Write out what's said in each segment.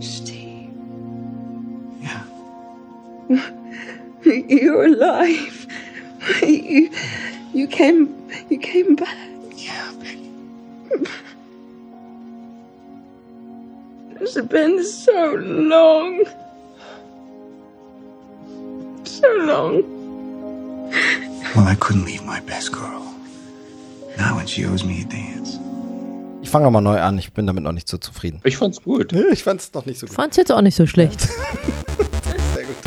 Steve. Yeah. You're alive. You came back. Yeah, baby. It's been so long. So long. Well, I couldn't leave my best girl. Not when she owes me a dance. Ich fange nochmal neu an, ich bin damit noch nicht so zufrieden. Ich fand's gut. Ich fand's noch nicht so gut. Fand's jetzt auch nicht so schlecht. Sehr gut.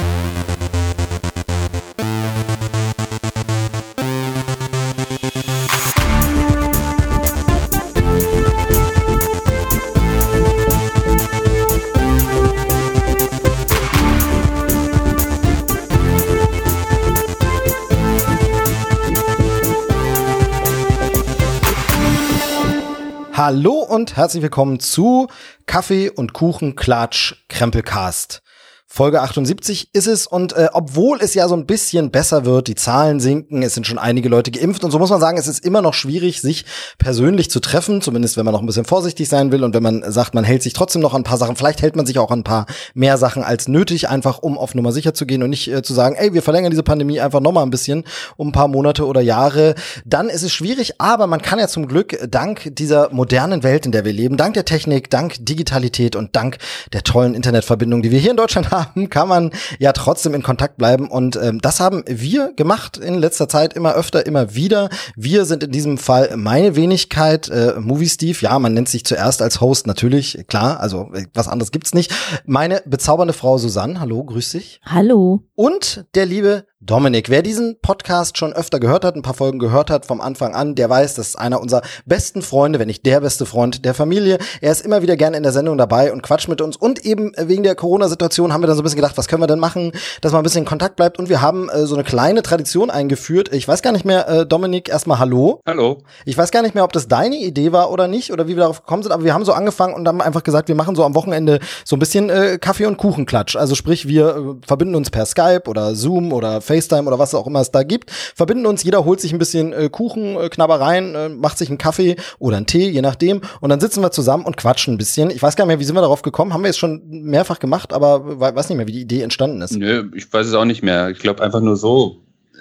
Hallo und herzlich willkommen zu Kaffee und Kuchen Klatsch Krempelcast. Folge 78 ist es und obwohl es ja so ein bisschen besser wird, die Zahlen sinken, es sind schon einige Leute geimpft und so muss man sagen, es ist immer noch schwierig, sich persönlich zu treffen, zumindest wenn man noch ein bisschen vorsichtig sein will und wenn man sagt, man hält sich trotzdem noch an ein paar Sachen, vielleicht hält man sich auch an ein paar mehr Sachen als nötig, einfach um auf Nummer sicher zu gehen und nicht zu sagen, ey, wir verlängern diese Pandemie einfach nochmal ein bisschen um ein paar Monate oder Jahre, dann ist es schwierig, aber man kann ja zum Glück dank dieser modernen Welt, in der wir leben, dank der Technik, dank Digitalität und dank der tollen Internetverbindung, die wir hier in Deutschland haben, kann man ja trotzdem in Kontakt bleiben und das haben wir gemacht in letzter Zeit immer öfter, immer wieder. Wir sind in diesem Fall meine Wenigkeit, Movie Steve, ja, man nennt sich zuerst als Host, natürlich, klar, also was anderes gibt's nicht. Meine bezaubernde Frau Susanne, hallo, grüß dich. Hallo. Und der liebe Dominik. Wer diesen Podcast schon öfter gehört hat, ein paar Folgen gehört hat vom Anfang an, der weiß, das ist einer unserer besten Freunde, wenn nicht der beste Freund der Familie. Er ist immer wieder gerne in der Sendung dabei und quatscht mit uns. Und eben wegen der Corona-Situation haben wir dann so ein bisschen gedacht, was können wir denn machen, dass man ein bisschen in Kontakt bleibt. Und wir haben so eine kleine Tradition eingeführt. Ich weiß gar nicht mehr, Dominik, erstmal hallo. Hallo. Ich weiß gar nicht mehr, ob das deine Idee war oder nicht oder wie wir darauf gekommen sind, aber wir haben so angefangen und haben einfach gesagt, wir machen so am Wochenende so ein bisschen Kaffee- und Kuchenklatsch. Also sprich, wir verbinden uns per Skype oder Zoom oder FaceTime oder was auch immer es da gibt, verbinden uns, jeder holt sich ein bisschen Kuchen, Knabbereien, macht sich einen Kaffee oder einen Tee, je nachdem, und dann sitzen wir zusammen und quatschen ein bisschen. Ich weiß gar nicht mehr, wie sind wir darauf gekommen, haben wir jetzt schon mehrfach gemacht, aber weiß nicht mehr, wie die Idee entstanden ist. Nö, ich weiß es auch nicht mehr. Ich glaube einfach nur so.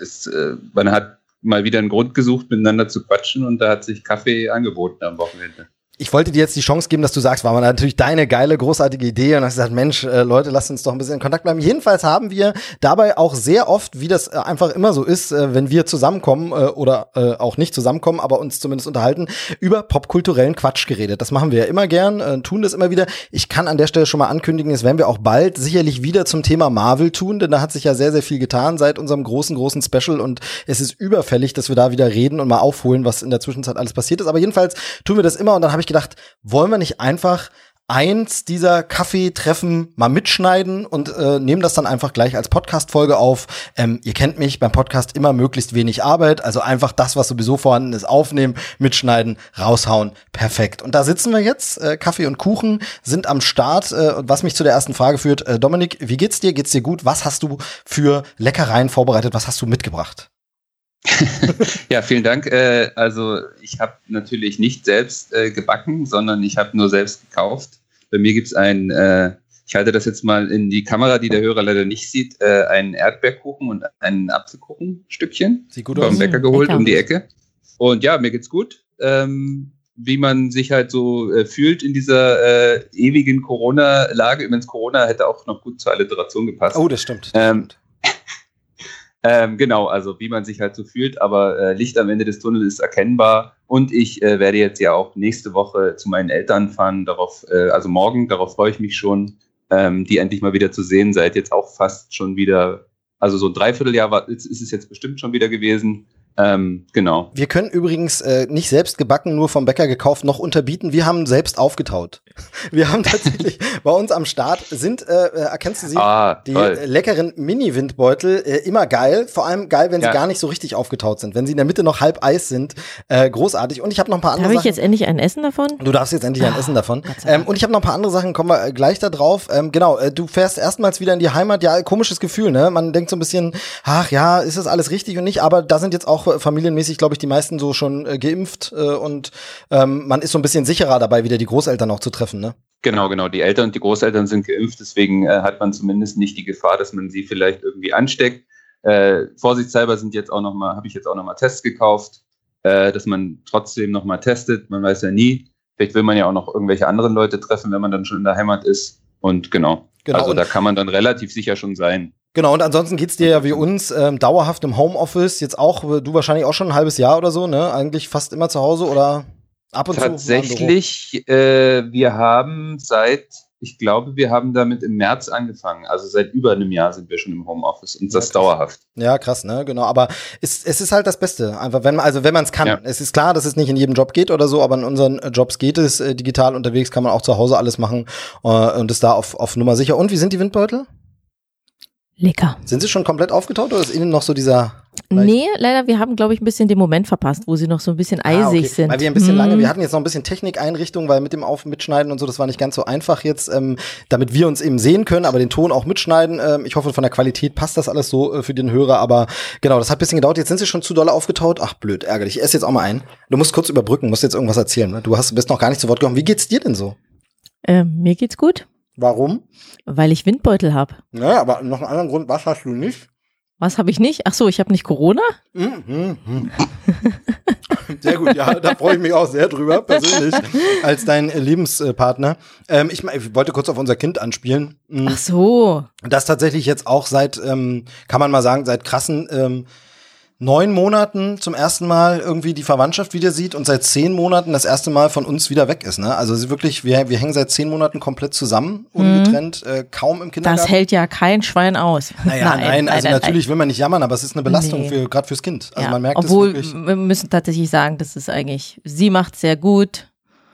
Man hat mal wieder einen Grund gesucht, miteinander zu quatschen und da hat sich Kaffee angeboten am Wochenende. Ich wollte dir jetzt die Chance geben, dass du sagst, war mal natürlich deine geile, großartige Idee und hast gesagt, Mensch, Leute, lasst uns doch ein bisschen in Kontakt bleiben. Jedenfalls haben wir dabei auch sehr oft, wie das einfach immer so ist, wenn wir zusammenkommen oder auch nicht zusammenkommen, aber uns zumindest unterhalten, über popkulturellen Quatsch geredet. Das machen wir ja immer gern, tun das immer wieder. Ich kann an der Stelle schon mal ankündigen, das werden wir auch bald sicherlich wieder zum Thema Marvel tun, denn da hat sich ja sehr, sehr viel getan seit unserem großen Special und es ist überfällig, dass wir da wieder reden und mal aufholen, was in der Zwischenzeit alles passiert ist. Aber jedenfalls tun wir das immer und dann habe ich gedacht, wollen wir nicht einfach eins dieser Kaffeetreffen mal mitschneiden und nehmen das dann einfach gleich als Podcast-Folge auf. Ihr kennt mich, beim Podcast immer möglichst wenig Arbeit, also einfach das, was sowieso vorhanden ist, aufnehmen, mitschneiden, raushauen, perfekt. Und da sitzen wir jetzt, Kaffee und Kuchen sind am Start, was mich zu der ersten Frage führt. Dominik, wie geht's dir? Geht's dir gut? Was hast du für Leckereien vorbereitet? Was hast du mitgebracht? Ja, vielen Dank. Also ich habe natürlich nicht selbst gebacken, sondern ich habe nur selbst gekauft. Bei mir gibt es ich halte das jetzt mal in die Kamera, die der Hörer leider nicht sieht, einen Erdbeerkuchen und ein Apfelkuchenstückchen. Sieht gut aus. Vom Bäcker geholt um die Ecke. Und ja, mir geht's gut. Wie man sich halt so fühlt in dieser ewigen Corona-Lage. Übrigens, Corona hätte auch noch gut zur Alliteration gepasst. Oh, das stimmt. Genau, also wie man sich halt so fühlt, aber Licht am Ende des Tunnels ist erkennbar und ich werde jetzt ja auch nächste Woche zu meinen Eltern fahren, also morgen, darauf freue ich mich schon, die endlich mal wieder zu sehen, seit jetzt auch fast schon wieder, also so ein Dreivierteljahr ist es jetzt bestimmt schon wieder gewesen. Genau. Wir können übrigens nicht selbst gebacken, nur vom Bäcker gekauft, noch unterbieten. Wir haben selbst aufgetaut. Wir haben tatsächlich bei uns am Start erkennst du sie? Die leckeren Mini-Windbeutel, immer geil. Vor allem geil, wenn sie gar nicht so richtig aufgetaut sind. Wenn sie in der Mitte noch halb Eis sind, großartig. Und ich habe noch ein paar andere Sachen. Darf ich jetzt endlich ein Essen davon? Du darfst jetzt endlich ein Essen davon. Und ich habe noch ein paar andere Sachen, kommen wir gleich da drauf. Genau, du fährst erstmals wieder in die Heimat. Ja, komisches Gefühl, ne? Man denkt so ein bisschen, ach ja, ist das alles richtig und nicht? Aber da sind jetzt auch auch familienmäßig, glaube ich, die meisten so schon geimpft und man ist so ein bisschen sicherer dabei, wieder die Großeltern auch zu treffen, ne? Genau. Die Eltern und die Großeltern sind geimpft, deswegen hat man zumindest nicht die Gefahr, dass man sie vielleicht irgendwie ansteckt. Vorsichtshalber habe ich jetzt auch noch mal Tests gekauft, dass man trotzdem noch mal testet. Man weiß ja nie. Vielleicht will man ja auch noch irgendwelche anderen Leute treffen, wenn man dann schon in der Heimat ist. Und genau. Also da kann man dann relativ sicher schon sein. Genau, und ansonsten geht's dir ja wie uns dauerhaft im Homeoffice, jetzt auch, du wahrscheinlich auch schon ein halbes Jahr oder so, ne? Eigentlich fast immer zu Hause oder ab und Tatsächlich, wir haben damit im März angefangen. Also seit über einem Jahr sind wir schon im Homeoffice und das dauerhaft. Ja, krass, ne? Genau, aber es ist halt das Beste. Einfach, wenn man es kann. Ja. Es ist klar, dass es nicht in jedem Job geht oder so, aber in unseren Jobs geht es digital unterwegs, kann man auch zu Hause alles machen und ist da auf Nummer sicher. Und wie sind die Windbeutel? Lecker. Sind sie schon komplett aufgetaut oder ist innen noch so dieser... Nee, leider, wir haben, glaube ich, ein bisschen den Moment verpasst, wo sie noch so ein bisschen eisig sind. Weil wir ein bisschen lange, wir hatten jetzt noch ein bisschen Technikeinrichtung, weil mit dem Mitschneiden und so, das war nicht ganz so einfach jetzt, damit wir uns eben sehen können, aber den Ton auch mitschneiden. Ich hoffe, von der Qualität passt das alles so für den Hörer, aber genau, das hat ein bisschen gedauert. Jetzt sind sie schon zu doll aufgetaut. Ach, blöd, ärgerlich. Ich esse jetzt auch mal ein. Du musst kurz überbrücken, musst jetzt irgendwas erzählen. Ne? Bist noch gar nicht zu Wort gekommen. Wie geht's dir denn so? Mir geht's gut. Warum? Weil ich Windbeutel habe. Naja, aber noch einen anderen Grund, was hast du nicht? Was habe ich nicht? Ach so, ich habe nicht Corona? Sehr gut, ja, da freue ich mich auch sehr drüber, persönlich, als dein Lebenspartner. Ich wollte kurz auf unser Kind anspielen. Ach so. Das tatsächlich jetzt auch seit, kann man mal sagen, seit krassen 9 Monaten zum ersten Mal irgendwie die Verwandtschaft wieder sieht und seit 10 Monaten das erste Mal von uns wieder weg ist, ne? Also sie wirklich, wir hängen seit 10 Monaten komplett zusammen, ungetrennt, kaum im Kindergarten. Das hält ja kein Schwein aus. Nein, natürlich will man nicht jammern, aber es ist eine Belastung gerade fürs Kind. Also man merkt obwohl, es wirklich. Wir müssen tatsächlich sagen, das ist eigentlich, sie macht sehr gut.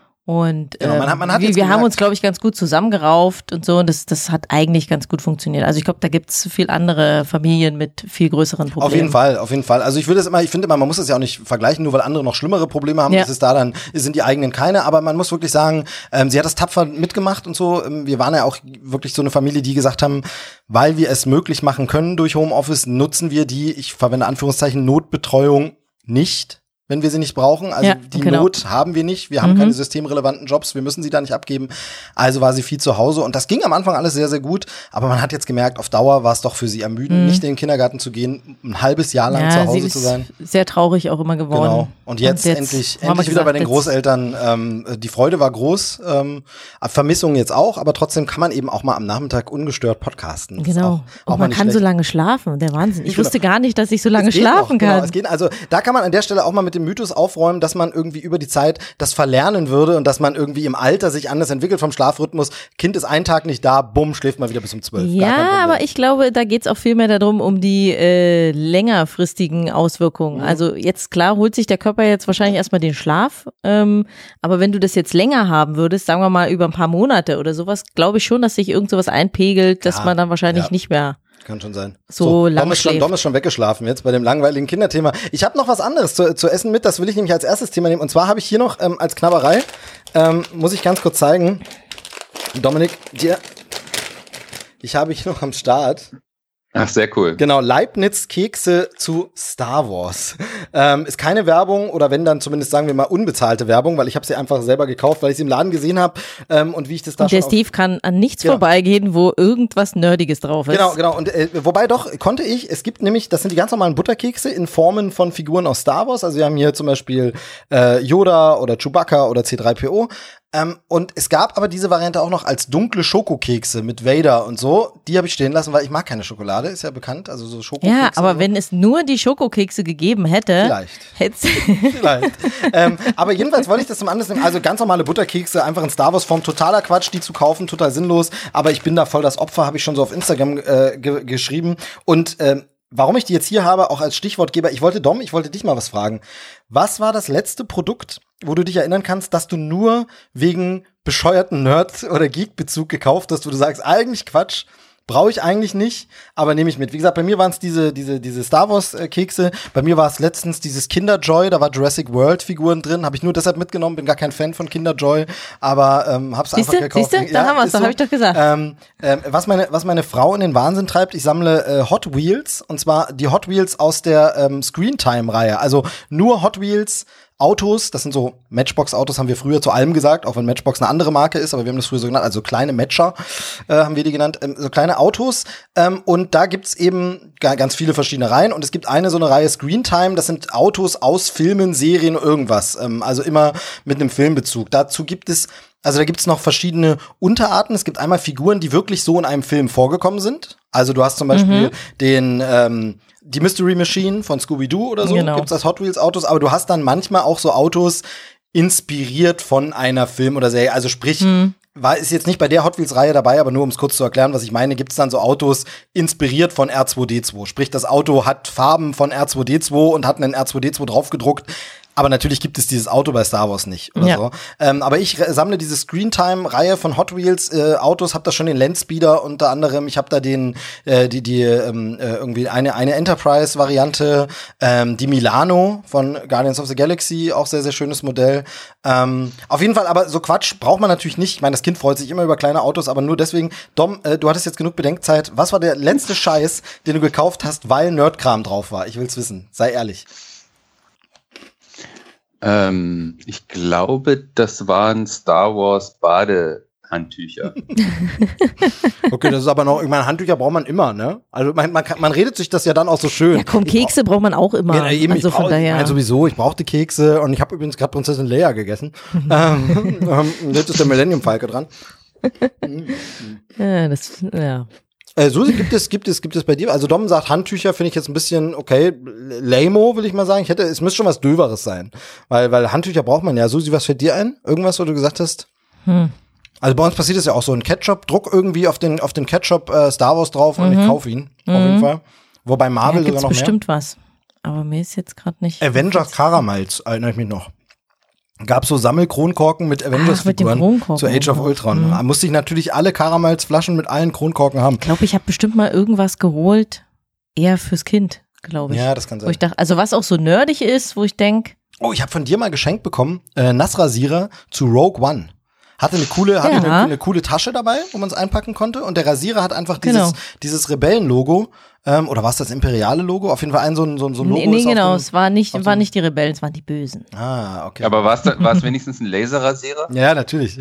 Und genau, man hat wir haben uns, glaube ich, ganz gut zusammengerauft und so. Und das hat eigentlich ganz gut funktioniert. Also ich glaube, da gibt's viel andere Familien mit viel größeren Problemen. Auf jeden Fall. Also ich finde immer, man muss das ja auch nicht vergleichen, nur weil andere noch schlimmere Probleme haben. Ja. Das ist da dann, sind die eigenen keine. Aber man muss wirklich sagen, sie hat das tapfer mitgemacht und so. Wir waren ja auch wirklich so eine Familie, die gesagt haben, weil wir es möglich machen können durch Homeoffice, nutzen wir die, ich verwende Anführungszeichen, Notbetreuung nicht, wenn wir sie nicht brauchen. Also Not haben wir nicht. Wir haben keine systemrelevanten Jobs. Wir müssen sie da nicht abgeben. Also war sie viel zu Hause. Und das ging am Anfang alles sehr, sehr gut. Aber man hat jetzt gemerkt, auf Dauer war es doch für sie ermüdend, nicht in den Kindergarten zu gehen, ein halbes Jahr lang zu Hause zu sein. Sehr traurig auch immer geworden. Genau. Und jetzt endlich wieder bei den Großeltern. Die Freude war groß. Vermissung jetzt auch. Aber trotzdem kann man eben auch mal am Nachmittag ungestört podcasten. Genau. Und man kann so lange schlafen. Der Wahnsinn. Ich wusste gar nicht, dass ich so lange schlafen kann. Genau, es geht. Also da kann man an der Stelle auch mal mit dem Mythos aufräumen, dass man irgendwie über die Zeit das verlernen würde und dass man irgendwie im Alter sich anders entwickelt vom Schlafrhythmus. Kind ist einen Tag nicht da, bumm, schläft mal wieder bis um 12. Ja, aber ich glaube, da geht's auch viel mehr darum, um die längerfristigen Auswirkungen. Also jetzt klar holt sich der Körper jetzt wahrscheinlich erstmal den Schlaf, aber wenn du das jetzt länger haben würdest, sagen wir mal über ein paar Monate oder sowas, glaube ich schon, dass sich irgend sowas einpegelt, dass man dann wahrscheinlich nicht mehr kann schon sein. So lang Dom ist schon weggeschlafen jetzt bei dem langweiligen Kinderthema. Ich habe noch was anderes zu essen mit, das will ich nämlich als erstes Thema nehmen. Und zwar habe ich hier noch als Knabberei, muss ich ganz kurz zeigen, Dominik, ich habe hier noch am Start. Ach, sehr cool. Genau, Leibniz-Kekse zu Star Wars. Ist keine Werbung oder wenn dann zumindest, sagen wir mal, unbezahlte Werbung, weil ich habe sie einfach selber gekauft, weil ich sie im Laden gesehen habe und wie ich das da und der Steve kann an nichts vorbeigehen, wo irgendwas Nerdiges drauf ist. Genau. Und wobei doch, konnte ich, es gibt nämlich, das sind die ganz normalen Butterkekse in Formen von Figuren aus Star Wars. Also wir haben hier zum Beispiel Yoda oder Chewbacca oder C3PO. Und es gab aber diese Variante auch noch als dunkle Schokokekse mit Vader und so. Die habe ich stehen lassen, weil ich mag keine Schokolade, ist ja bekannt. Also so Schokokekse. Ja, aber wenn es nur die Schokokekse gegeben hätte. Vielleicht. Aber jedenfalls wollte ich das zum Anlass nehmen. Also ganz normale Butterkekse, einfach in Star Wars Form. Totaler Quatsch, die zu kaufen, total sinnlos. Aber ich bin da voll das Opfer, habe ich schon so auf Instagram geschrieben. Und warum ich die jetzt hier habe, auch als Stichwortgeber, ich wollte dich mal was fragen. Was war das letzte Produkt, wo du dich erinnern kannst, dass du nur wegen bescheuerten Nerd- oder Geek-Bezug gekauft hast, wo du sagst, eigentlich Quatsch, Brauche ich eigentlich nicht, aber nehme ich mit. Wie gesagt, bei mir waren es diese Star Wars Kekse. Bei mir war es letztens dieses Kinder Joy, da war Jurassic World Figuren drin. Habe ich nur deshalb mitgenommen, bin gar kein Fan von Kinder Joy, aber hab's einfach gekauft. Siehste? Da haben wir es, doch, habe ich doch gesagt. Was meine Frau in den Wahnsinn treibt, ich sammle Hot Wheels, und zwar die Hot Wheels aus der Screentime-Reihe. Also nur Hot Wheels Autos, das sind so Matchbox-Autos, haben wir früher zu allem gesagt, auch wenn Matchbox eine andere Marke ist, aber wir haben das früher so genannt, also kleine Matcher haben wir die genannt, so kleine Autos, und da gibt's eben ganz viele verschiedene Reihen, und es gibt so eine Reihe Screentime, das sind Autos aus Filmen, Serien, irgendwas, also immer mit einem Filmbezug. Dazu gibt es da gibt's noch verschiedene Unterarten. Es gibt einmal Figuren, die wirklich so in einem Film vorgekommen sind. Also du hast zum Beispiel die Mystery Machine von Scooby-Doo oder so, gibt's als Hot Wheels Autos, aber du hast dann manchmal auch so Autos inspiriert von einer Film oder Serie. Also sprich, ist jetzt nicht bei der Hot Wheels Reihe dabei, aber nur um es kurz zu erklären, was ich meine, gibt's dann so Autos inspiriert von R2D2. Sprich, das Auto hat Farben von R2D2 und hat einen R2D2 draufgedruckt. Aber natürlich gibt es dieses Auto bei Star Wars nicht oder so. Aber ich sammle diese Screentime-Reihe von Hot Wheels Autos, hab da schon den Landspeeder unter anderem. Ich habe da den irgendwie eine Enterprise-Variante, die Milano von Guardians of the Galaxy, auch sehr, sehr schönes Modell. Auf jeden Fall, aber so Quatsch braucht man natürlich nicht. Ich meine, das Kind freut sich immer über kleine Autos, aber nur deswegen. Dom, du hattest jetzt genug Bedenkzeit. Was war der letzte Scheiß, den du gekauft hast, weil Nerdkram drauf war? Ich will's wissen. Sei ehrlich. Ich glaube, das waren Star Wars Badehandtücher. Okay, das ist aber noch, ich meine, Handtücher braucht man immer, ne? Also man redet sich das ja dann auch so schön. Ja komm, Kekse braucht man auch immer. Ja, eben, also von daher. Ich meine sowieso, ich brauchte Kekse, und ich habe übrigens gerade Prinzessin Leia gegessen. Jetzt ist der Millennium Falke dran. Ja. Susi, gibt es bei dir? Also Dom sagt, Handtücher finde ich jetzt ein bisschen, okay, lame-o, will ich mal sagen. Es müsste schon was Döveres sein. Weil Handtücher braucht man ja. Susi, was fällt dir ein? Irgendwas, wo du gesagt hast? Also bei uns passiert es ja auch so, ein Ketchup, Druck irgendwie auf den Ketchup Star Wars drauf, und ich kaufe ihn. Auf jeden Fall. Wobei Marvel sogar noch mehr. Bestimmt was. Aber mir ist jetzt gerade nicht. Avengers Karamals, erinnere ich mich noch. Gab so Sammelkronkorken mit Avengers-Figuren zu Age of Ultron. Musste ich natürlich alle Karamals-Flaschen mit allen Kronkorken haben. Ich glaube, ich habe bestimmt mal irgendwas geholt, eher fürs Kind, glaube ich. Ja, das kann sein. Wo ich dachte, also was auch so nerdig ist, wo ich denke. Oh, ich habe von dir mal geschenkt bekommen, Nassrasierer zu Rogue One. Hatte eine coole Tasche dabei, wo man es einpacken konnte, und der Rasierer hat einfach dieses Rebellen-Logo, oder war es das imperiale Logo? Auf jeden Fall so ein Logo. Nee, genau, es war nicht die Rebellen, es waren die Bösen. Ah, okay. Aber war es wenigstens ein Laserrasierer? Ja, natürlich.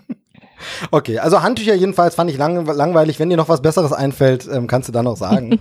Okay, also Handtücher jedenfalls fand ich langweilig. Wenn dir noch was Besseres einfällt, kannst du dann noch sagen.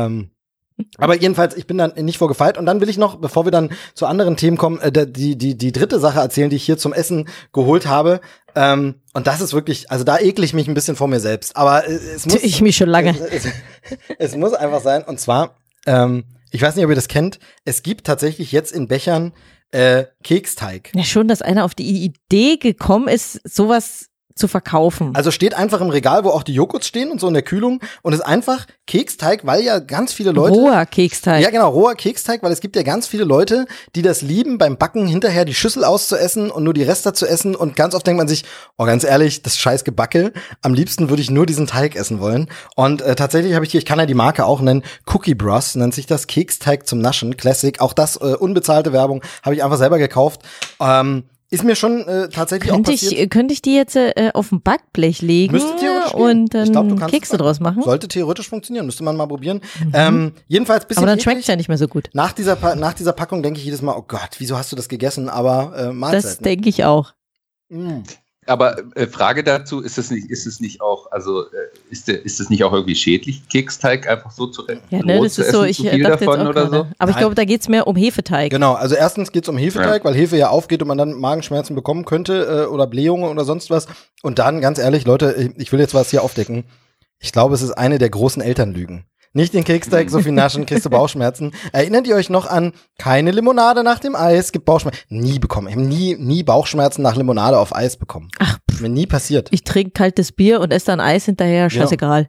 Aber jedenfalls, ich bin dann nicht vorgefeilt. Und dann will ich noch, bevor wir dann zu anderen Themen kommen, die dritte Sache erzählen, die ich hier zum Essen geholt habe. Und das ist wirklich, also da ekle ich mich ein bisschen vor mir selbst. Aber es muss. Ich mich schon lange. Es muss einfach sein. Und zwar, ich weiß nicht, ob ihr das kennt. Es gibt tatsächlich jetzt in Bechern Keksteig. Ja, schon, dass einer auf die Idee gekommen ist, sowas zu verkaufen. Also steht einfach im Regal, wo auch die Joghurts stehen und so in der Kühlung, und ist einfach Keksteig, weil ja ganz viele Leute. Roher Keksteig. Ja, genau, roher Keksteig, weil es gibt ja ganz viele Leute, die das lieben, beim Backen hinterher die Schüssel auszuessen und nur die Reste zu essen, und ganz oft denkt man sich, oh, ganz ehrlich, das scheiß Gebacke, am liebsten würde ich nur diesen Teig essen wollen. Und tatsächlich habe ich hier, ich kann ja die Marke auch nennen, Cookie Bros, nennt sich das, Keksteig zum Naschen, Classic, auch das unbezahlte Werbung, habe ich einfach selber gekauft. Ist mir schon tatsächlich auch passiert. Könnte ich die jetzt auf ein Backblech legen und dann Kekse draus machen? Sollte theoretisch funktionieren, müsste man mal probieren. Jedenfalls bisschen. Aber dann schmeckt es ja nicht mehr so gut. Nach dieser Packung denke ich jedes Mal, oh Gott, wieso hast du das gegessen? Aber Mahlzeit. Das denke ich auch. Aber Frage dazu, ist es nicht auch irgendwie schädlich, Keksteig einfach so zu essen? Ja, ne, das ist so, ich dachte jetzt auch oder so? Aber ich glaube, da geht's mehr um Hefeteig. Genau, also erstens geht's um Hefeteig, weil Hefe ja aufgeht und man dann Magenschmerzen bekommen könnte oder Blähungen oder sonst was. Und dann, ganz ehrlich, Leute, ich will jetzt was hier aufdecken. Ich glaube, es ist eine der großen Elternlügen. Nicht den Keksteig so viel naschen, kriegst du Bauchschmerzen. Erinnert ihr euch noch an keine Limonade nach dem Eis, gibt Bauchschmerzen? Nie bekommen. Ich habe nie Bauchschmerzen nach Limonade auf Eis bekommen. Ach, mir nie passiert. Ich trinke kaltes Bier und esse dann Eis hinterher, scheißegal. Ja,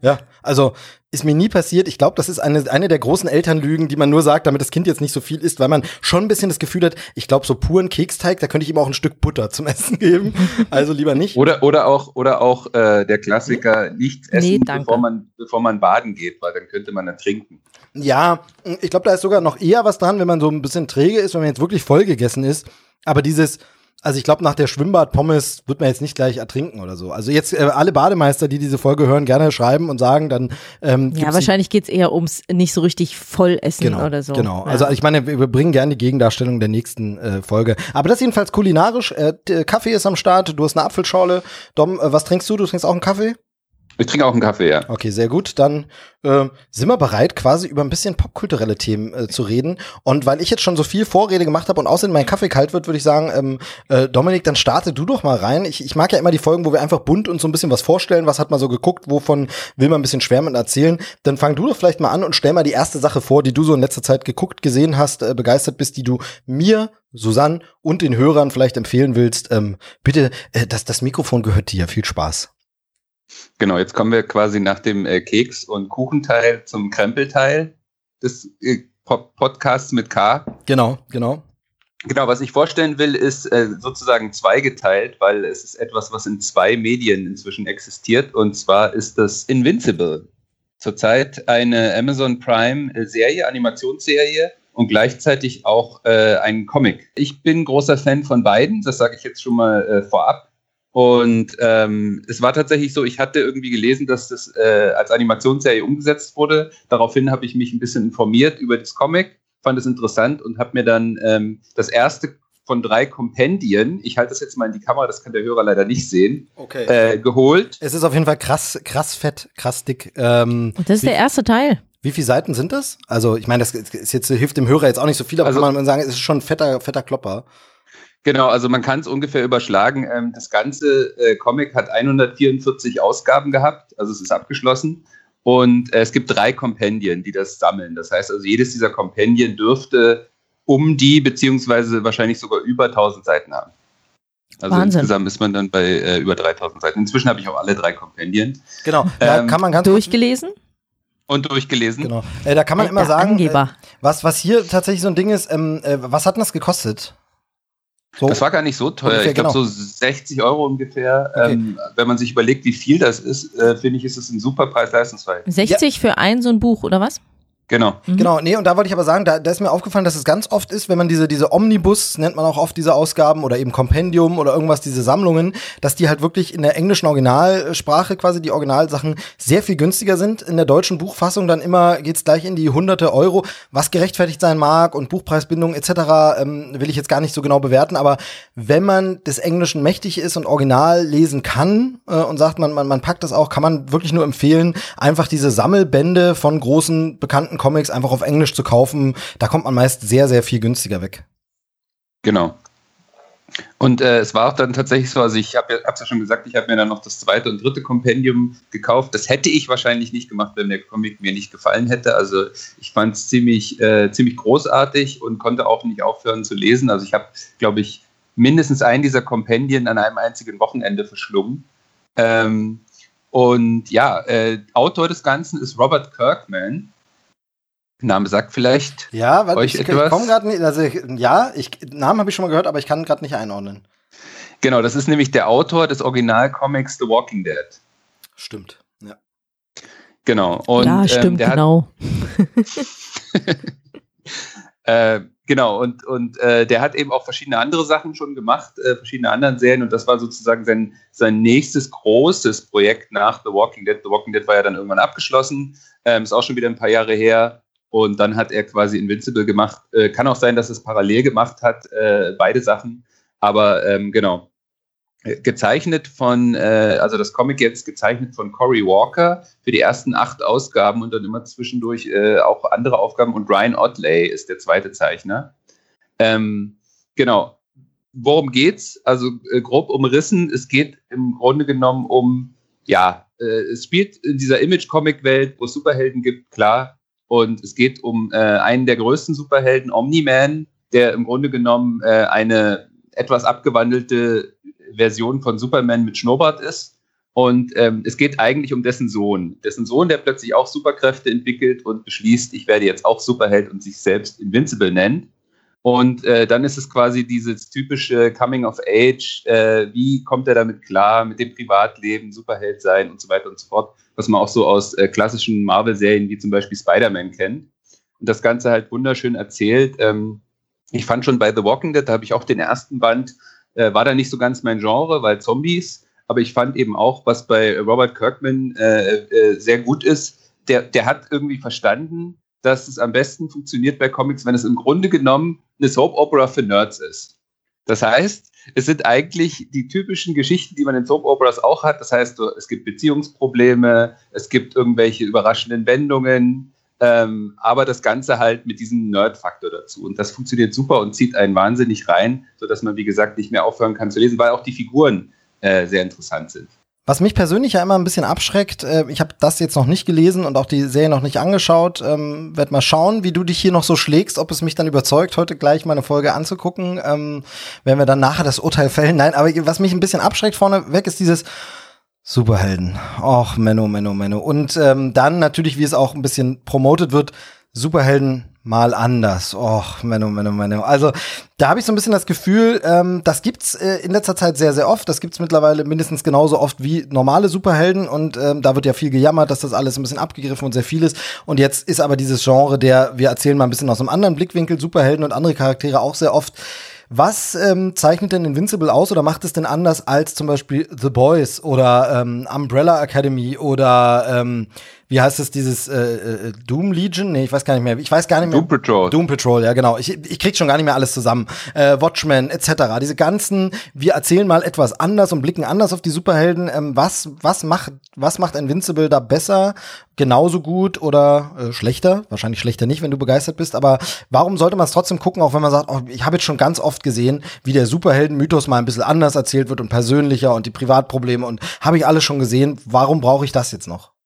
Also ist mir nie passiert. Ich glaube, das ist eine der großen Elternlügen, die man nur sagt, damit das Kind jetzt nicht so viel isst, weil man schon ein bisschen das Gefühl hat, ich glaube, so puren Keksteig, da könnte ich ihm auch ein Stück Butter zum Essen geben. Also lieber nicht. Oder auch der Klassiker, nichts essen, bevor man baden geht, weil dann könnte man dann trinken. Ja, ich glaube, da ist sogar noch eher was dran, wenn man so ein bisschen träge ist, wenn man jetzt wirklich voll gegessen ist. Aber also ich glaube, nach der Schwimmbad-Pommes wird man jetzt nicht gleich ertrinken oder so. Also jetzt alle Bademeister, die diese Folge hören, gerne schreiben und sagen, dann ja, wahrscheinlich geht's eher ums nicht so richtig voll essen oder so. Genau, ja. Also ich meine, wir bringen gerne die Gegendarstellung der nächsten Folge. Aber das jedenfalls kulinarisch. Kaffee ist am Start, du hast eine Apfelschorle. Dom, was trinkst du? Du trinkst auch einen Kaffee? Ich trinke auch einen Kaffee, ja. Okay, sehr gut. Dann sind wir bereit, quasi über ein bisschen popkulturelle Themen zu reden. Und weil ich jetzt schon so viel Vorrede gemacht habe und außerdem mein Kaffee kalt wird, würde ich sagen, Dominik, dann starte du doch mal rein. Ich mag ja immer die Folgen, wo wir einfach bunt uns so ein bisschen was vorstellen. Was hat man so geguckt? Wovon will man ein bisschen schwärmen und erzählen? Dann fang du doch vielleicht mal an und stell mal die erste Sache vor, die du so in letzter Zeit geguckt, gesehen hast, begeistert bist, die du mir, Susanne und den Hörern vielleicht empfehlen willst. Bitte, das Mikrofon gehört dir. Viel Spaß. Genau, jetzt kommen wir quasi nach dem Keks- und Kuchenteil zum Krempelteil des Podcasts mit K. Genau. Genau, was ich vorstellen will, ist sozusagen zweigeteilt, weil es ist etwas, was in 2 Medien inzwischen existiert. Und zwar ist das Invincible. Zurzeit eine Amazon Prime-Serie, Animationsserie und gleichzeitig auch ein Comic. Ich bin großer Fan von beiden, das sage ich jetzt schon mal vorab. Und es war tatsächlich so, ich hatte irgendwie gelesen, dass das als Animationsserie umgesetzt wurde. Daraufhin habe ich mich ein bisschen informiert über das Comic, fand es interessant und habe mir dann das erste von 3 Kompendien, ich halte das jetzt mal in die Kamera, das kann der Hörer leider nicht sehen, geholt. Es ist auf jeden Fall krass fett, krass dick. Und das ist der erste Teil. Wie viele Seiten sind das? Also ich meine, das ist jetzt, hilft dem Hörer jetzt auch nicht so viel, aber kann man sagen, es ist schon ein fetter Klopper. Genau, also man kann es ungefähr überschlagen. Das ganze Comic hat 144 Ausgaben gehabt, also es ist abgeschlossen. Und es gibt 3 Kompendien, die das sammeln. Das heißt also, jedes dieser Kompendien dürfte beziehungsweise wahrscheinlich sogar über 1000 Seiten haben. Also Wahnsinn. Insgesamt ist man dann bei über 3000 Seiten. Inzwischen habe ich auch alle 3 Kompendien. Genau, da kann man ganz durchgelesen? Und durchgelesen. Genau. Da kann man immer sagen, was hier tatsächlich so ein Ding ist, was hat denn das gekostet? So. Das war gar nicht so teuer. Ich glaube, so 60 € ungefähr. Okay. Wenn man sich überlegt, wie viel das ist, finde ich, ist es ein super Preis-Leistungsverhältnis. 60 für so ein Buch, oder was? Genau. Genau, nee, und da wollte ich aber sagen, da ist mir aufgefallen, dass es ganz oft ist, wenn man diese Omnibus, nennt man auch oft diese Ausgaben oder eben Kompendium oder irgendwas, diese Sammlungen, dass die halt wirklich in der englischen Originalsprache quasi die Originalsachen sehr viel günstiger sind. In der deutschen Buchfassung dann immer geht's gleich in die hunderte Euro, was gerechtfertigt sein mag und Buchpreisbindung etc. Will ich jetzt gar nicht so genau bewerten, aber wenn man des Englischen mächtig ist und original lesen kann und sagt, man packt das auch, kann man wirklich nur empfehlen, einfach diese Sammelbände von großen, bekannten Comics einfach auf Englisch zu kaufen, da kommt man meist sehr, sehr viel günstiger weg. Genau. Und es war auch dann tatsächlich so, also ich hab's ja schon gesagt, ich habe mir dann noch das 2. und 3. Kompendium gekauft. Das hätte ich wahrscheinlich nicht gemacht, wenn der Comic mir nicht gefallen hätte. Also ich fand es ziemlich großartig und konnte auch nicht aufhören zu lesen. Also ich habe, glaube ich, mindestens einen dieser Kompendien an einem einzigen Wochenende verschlungen. Und ja, Autor des Ganzen ist Robert Kirkman. Name sagt vielleicht euch etwas. Ich komme gerade nicht, also Namen habe ich schon mal gehört, aber ich kann gerade nicht einordnen. Genau, das ist nämlich der Autor des Originalcomics The Walking Dead. Stimmt, ja. Genau. Und, ja, stimmt, genau. Genau, und der hat eben auch verschiedene andere Sachen schon gemacht, verschiedene anderen Serien, und das war sozusagen sein nächstes großes Projekt nach The Walking Dead. The Walking Dead war ja dann irgendwann abgeschlossen, ist auch schon wieder ein paar Jahre her. Und dann hat er quasi Invincible gemacht. Kann auch sein, dass es parallel gemacht hat, beide Sachen. Aber genau. Gezeichnet von, also das Comic jetzt gezeichnet von Cory Walker für die ersten 8 Ausgaben und dann immer zwischendurch auch andere Aufgaben. Und Ryan Ottley ist der 2. Zeichner. Genau. Worum geht's? Also grob umrissen. Es geht im Grunde genommen um, es spielt in dieser Image-Comic-Welt, wo es Superhelden gibt, klar. Und es geht um einen der größten Superhelden, Omni-Man, der im Grunde genommen eine etwas abgewandelte Version von Superman mit Schnurrbart ist. Und es geht eigentlich um dessen Sohn. Dessen Sohn, der plötzlich auch Superkräfte entwickelt und beschließt, ich werde jetzt auch Superheld und sich selbst Invincible nennt. Und dann ist es quasi dieses typische Coming of Age, wie kommt er damit klar, mit dem Privatleben, Superheld sein und so weiter und so fort, was man auch so aus klassischen Marvel-Serien wie zum Beispiel Spider-Man kennt. Und das Ganze halt wunderschön erzählt. Ich fand schon bei The Walking Dead, da habe ich auch den ersten Band, war da nicht so ganz mein Genre, weil Zombies, aber ich fand eben auch, was bei Robert Kirkman sehr gut ist, der hat irgendwie verstanden, dass es am besten funktioniert bei Comics, wenn es im Grunde genommen eine Soap-Opera für Nerds ist. Das heißt, es sind eigentlich die typischen Geschichten, die man in Soap-Operas auch hat. Das heißt, es gibt Beziehungsprobleme, es gibt irgendwelche überraschenden Wendungen, aber das Ganze halt mit diesem Nerd-Faktor dazu. Und das funktioniert super und zieht einen wahnsinnig rein, sodass man, wie gesagt, nicht mehr aufhören kann zu lesen, weil auch die Figuren sehr interessant sind. Was mich persönlich ja immer ein bisschen abschreckt, ich habe das jetzt noch nicht gelesen und auch die Serie noch nicht angeschaut, werd mal schauen, wie du dich hier noch so schlägst, ob es mich dann überzeugt, heute gleich mal eine Folge anzugucken, werden wir dann nachher das Urteil fällen. Nein, aber was mich ein bisschen abschreckt vorneweg ist dieses Superhelden. Och, Menno. Und dann natürlich, wie es auch ein bisschen promotet wird, Superhelden mal anders. Och, Menno. Also da habe ich so ein bisschen das Gefühl, das gibt's in letzter Zeit sehr, sehr oft. Das gibt's mittlerweile mindestens genauso oft wie normale Superhelden. Und da wird ja viel gejammert, dass das alles ein bisschen abgegriffen und sehr viel ist. Und jetzt ist aber dieses Genre, wir erzählen mal ein bisschen aus einem anderen Blickwinkel, Superhelden und andere Charaktere auch sehr oft. Was zeichnet denn Invincible aus oder macht es denn anders als zum Beispiel The Boys oder Umbrella Academy oder wie heißt es, dieses Doom Legion? Nee, ich weiß gar nicht mehr. Doom Patrol. Doom Patrol, ja genau. Ich krieg schon gar nicht mehr alles zusammen. Watchmen etc. Diese ganzen, wir erzählen mal etwas anders und blicken anders auf die Superhelden. Was macht Invincible da besser? Genauso gut oder schlechter? Wahrscheinlich schlechter nicht, wenn du begeistert bist. Aber warum sollte man es trotzdem gucken, auch wenn man sagt, oh, ich habe jetzt schon ganz oft gesehen, wie der Superhelden-Mythos mal ein bisschen anders erzählt wird und persönlicher und die Privatprobleme und habe ich alles schon gesehen. Warum brauche ich das jetzt noch?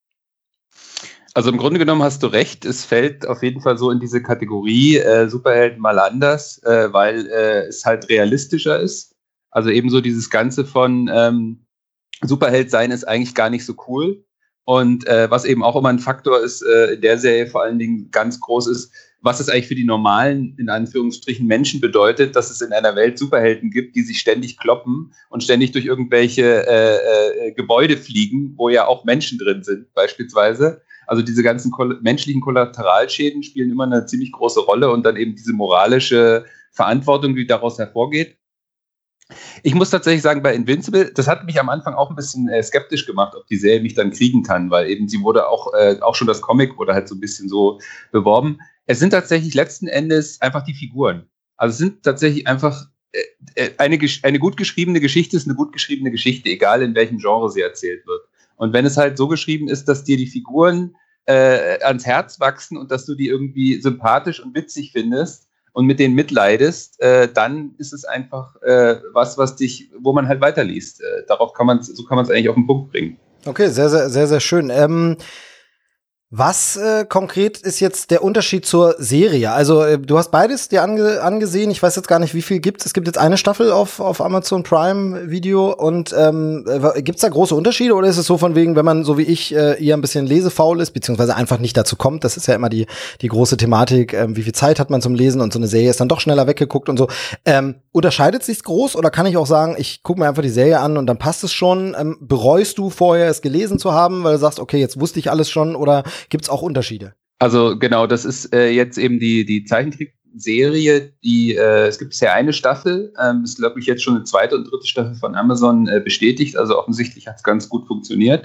Also im Grunde genommen hast du recht, es fällt auf jeden Fall so in diese Kategorie Superhelden mal anders, weil es halt realistischer ist. Also ebenso dieses Ganze von Superheld sein ist eigentlich gar nicht so cool. Und was eben auch immer ein Faktor ist, in der Serie vor allen Dingen ganz groß ist, was es eigentlich für die normalen, in Anführungsstrichen, Menschen bedeutet, dass es in einer Welt Superhelden gibt, die sich ständig kloppen und ständig durch irgendwelche Gebäude fliegen, wo ja auch Menschen drin sind, beispielsweise. Also diese ganzen menschlichen Kollateralschäden spielen immer eine ziemlich große Rolle und dann eben diese moralische Verantwortung, die daraus hervorgeht. Ich muss tatsächlich sagen, bei Invincible, das hat mich am Anfang auch ein bisschen skeptisch gemacht, ob die Serie mich dann kriegen kann, weil eben sie wurde auch schon das Comic wurde halt so ein bisschen so beworben. Es sind tatsächlich letzten Endes einfach die Figuren. Also es sind tatsächlich einfach eine gut geschriebene Geschichte ist eine gut geschriebene Geschichte, egal in welchem Genre sie erzählt wird. Und wenn es halt so geschrieben ist, dass dir die Figuren ans Herz wachsen und dass du die irgendwie sympathisch und witzig findest und mit denen mitleidest, dann ist es einfach wo man halt weiterliest. So kann man es eigentlich auf den Punkt bringen. Okay, sehr, sehr, sehr, sehr schön. Was konkret ist jetzt der Unterschied zur Serie? Also du hast beides dir angesehen. Ich weiß jetzt gar nicht, wie viel gibt's. Es gibt jetzt eine Staffel auf Amazon Prime Video. Und gibt's da große Unterschiede? Oder ist es so von wegen, wenn man so wie ich eher ein bisschen lesefaul ist, beziehungsweise einfach nicht dazu kommt? Das ist ja immer die große Thematik. Wie viel Zeit hat man zum Lesen? Und so eine Serie ist dann doch schneller weggeguckt und so. Unterscheidet sich's groß? Oder kann ich auch sagen, ich gucke mir einfach die Serie an und dann passt es schon? Bereust du vorher es gelesen zu haben, weil du sagst, okay, jetzt wusste ich alles schon? Oder gibt's auch Unterschiede? Also genau, das ist jetzt eben die Zeichentrickserie, es gibt bisher eine Staffel, ist glaube ich jetzt schon eine zweite und dritte Staffel von Amazon bestätigt, also offensichtlich hat es ganz gut funktioniert.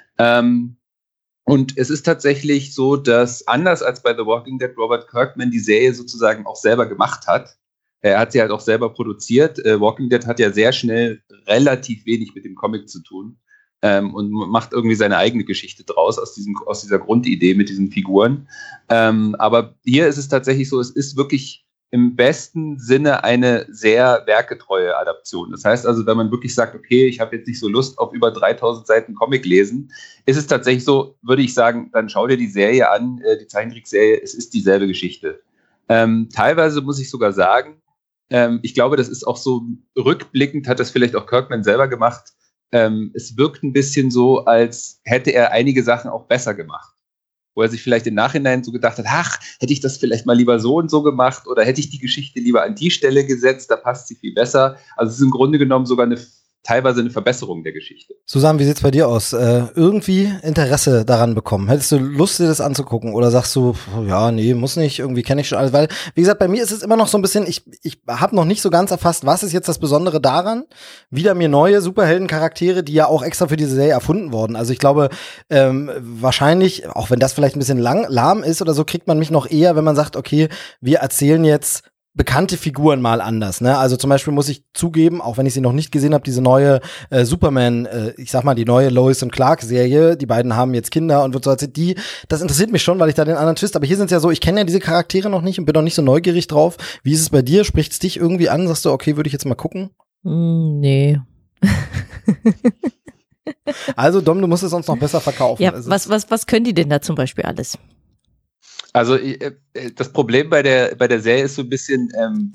Und es ist tatsächlich so, dass anders als bei The Walking Dead Robert Kirkman die Serie sozusagen auch selber gemacht hat. Er hat sie halt auch selber produziert. Walking Dead hat ja sehr schnell relativ wenig mit dem Comic zu tun. Und macht irgendwie seine eigene Geschichte draus aus dieser Grundidee mit diesen Figuren. Aber hier ist es tatsächlich so, es ist wirklich im besten Sinne eine sehr werketreue Adaption. Das heißt also, wenn man wirklich sagt, okay, ich habe jetzt nicht so Lust auf über 3000 Seiten Comic lesen, ist es tatsächlich so, würde ich sagen, dann schau dir die Serie an, die Zeichentrickserie, es ist dieselbe Geschichte. Teilweise muss ich sogar sagen, ich glaube, das ist auch so rückblickend, hat das vielleicht auch Kirkman selber gemacht, es wirkt ein bisschen so, als hätte er einige Sachen auch besser gemacht. Wo er sich vielleicht im Nachhinein so gedacht hat, ach, hätte ich das vielleicht mal lieber so und so gemacht oder hätte ich die Geschichte lieber an die Stelle gesetzt, da passt sie viel besser. Also es ist im Grunde genommen sogar teilweise eine Verbesserung der Geschichte. Susanne, wie sieht's bei dir aus? Irgendwie Interesse daran bekommen? Hättest du Lust, dir das anzugucken? Oder sagst du, ja, nee, muss nicht, irgendwie kenne ich schon alles? Weil, wie gesagt, bei mir ist es immer noch so ein bisschen, ich habe noch nicht so ganz erfasst, was ist jetzt das Besondere daran? Wieder mir neue Superheldencharaktere, die ja auch extra für diese Serie erfunden wurden. Also ich glaube, wahrscheinlich, auch wenn das vielleicht ein bisschen lahm ist oder so, kriegt man mich noch eher, wenn man sagt, okay, wir erzählen jetzt bekannte Figuren mal anders, ne? Also zum Beispiel muss ich zugeben, auch wenn ich sie noch nicht gesehen habe, diese neue Superman, ich sag mal, die neue Lois und Clark-Serie, die beiden haben jetzt Kinder und wird so erzählt, das interessiert mich schon, weil ich da den anderen Twist, aber hier sind es ja so, ich kenne ja diese Charaktere noch nicht und bin noch nicht so neugierig drauf. Wie ist es bei dir? Spricht es dich irgendwie an? Sagst du, okay, würde ich jetzt mal gucken? Nee. Also Dom, du musst es uns noch besser verkaufen. Ja, was können die denn da zum Beispiel alles? Also das Problem bei der Serie ist so ein bisschen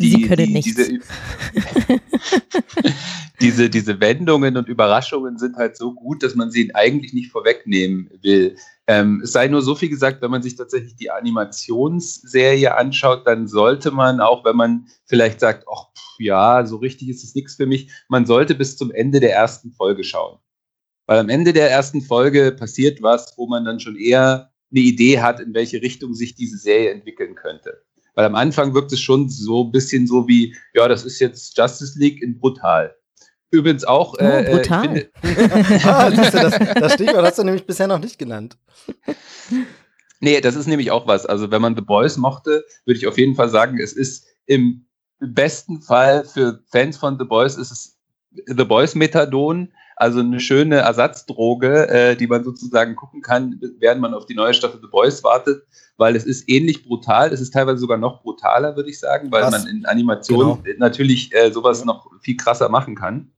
diese Wendungen und Überraschungen sind halt so gut, dass man sie eigentlich nicht vorwegnehmen will. Es sei nur so viel gesagt, wenn man sich tatsächlich die Animationsserie anschaut, dann sollte man, auch wenn man vielleicht sagt, ach ja, so richtig ist es nichts für mich, man sollte bis zum Ende der ersten Folge schauen. Weil am Ende der ersten Folge passiert was, wo man dann schon eher eine Idee hat, in welche Richtung sich diese Serie entwickeln könnte. Weil am Anfang wirkt es schon so ein bisschen so wie, ja, das ist jetzt Justice League in brutal. Übrigens auch, brutal. Das Stichwort hast du nämlich bisher noch nicht genannt. Nee, das ist nämlich auch was. Also wenn man The Boys mochte, würde ich auf jeden Fall sagen, es ist im besten Fall für Fans von The Boys ist es The Boys Methadon, also eine schöne Ersatzdroge, die man sozusagen gucken kann, während man auf die neue Staffel The Boys wartet, weil es ist ähnlich brutal, es ist teilweise sogar noch brutaler, würde ich sagen, weil man in Animation natürlich sowas noch viel krasser machen kann.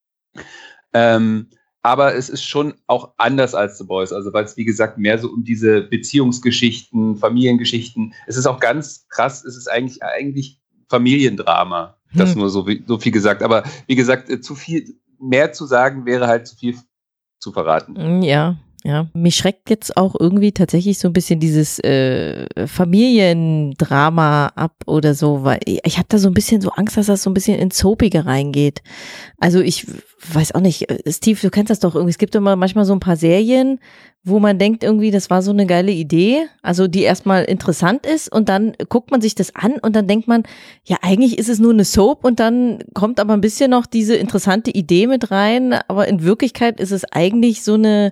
Aber es ist schon auch anders als The Boys, also weil es, wie gesagt, mehr so um diese Beziehungsgeschichten, Familiengeschichten, es ist auch ganz krass, es ist eigentlich Familiendrama, das nur so viel gesagt, aber wie gesagt, zu viel mehr zu sagen wäre halt zu viel zu verraten. Ja. Mich schreckt jetzt auch irgendwie tatsächlich so ein bisschen dieses Familiendrama ab oder so, weil ich habe da so ein bisschen so Angst, dass das so ein bisschen ins Soapige reingeht. Also ich weiß auch nicht, Steve, du kennst das doch irgendwie, es gibt immer manchmal so ein paar Serien, wo man denkt irgendwie, das war so eine geile Idee, also die erstmal interessant ist und dann guckt man sich das an und dann denkt man, ja eigentlich ist es nur eine Soap und dann kommt aber ein bisschen noch diese interessante Idee mit rein, aber in Wirklichkeit ist es eigentlich so eine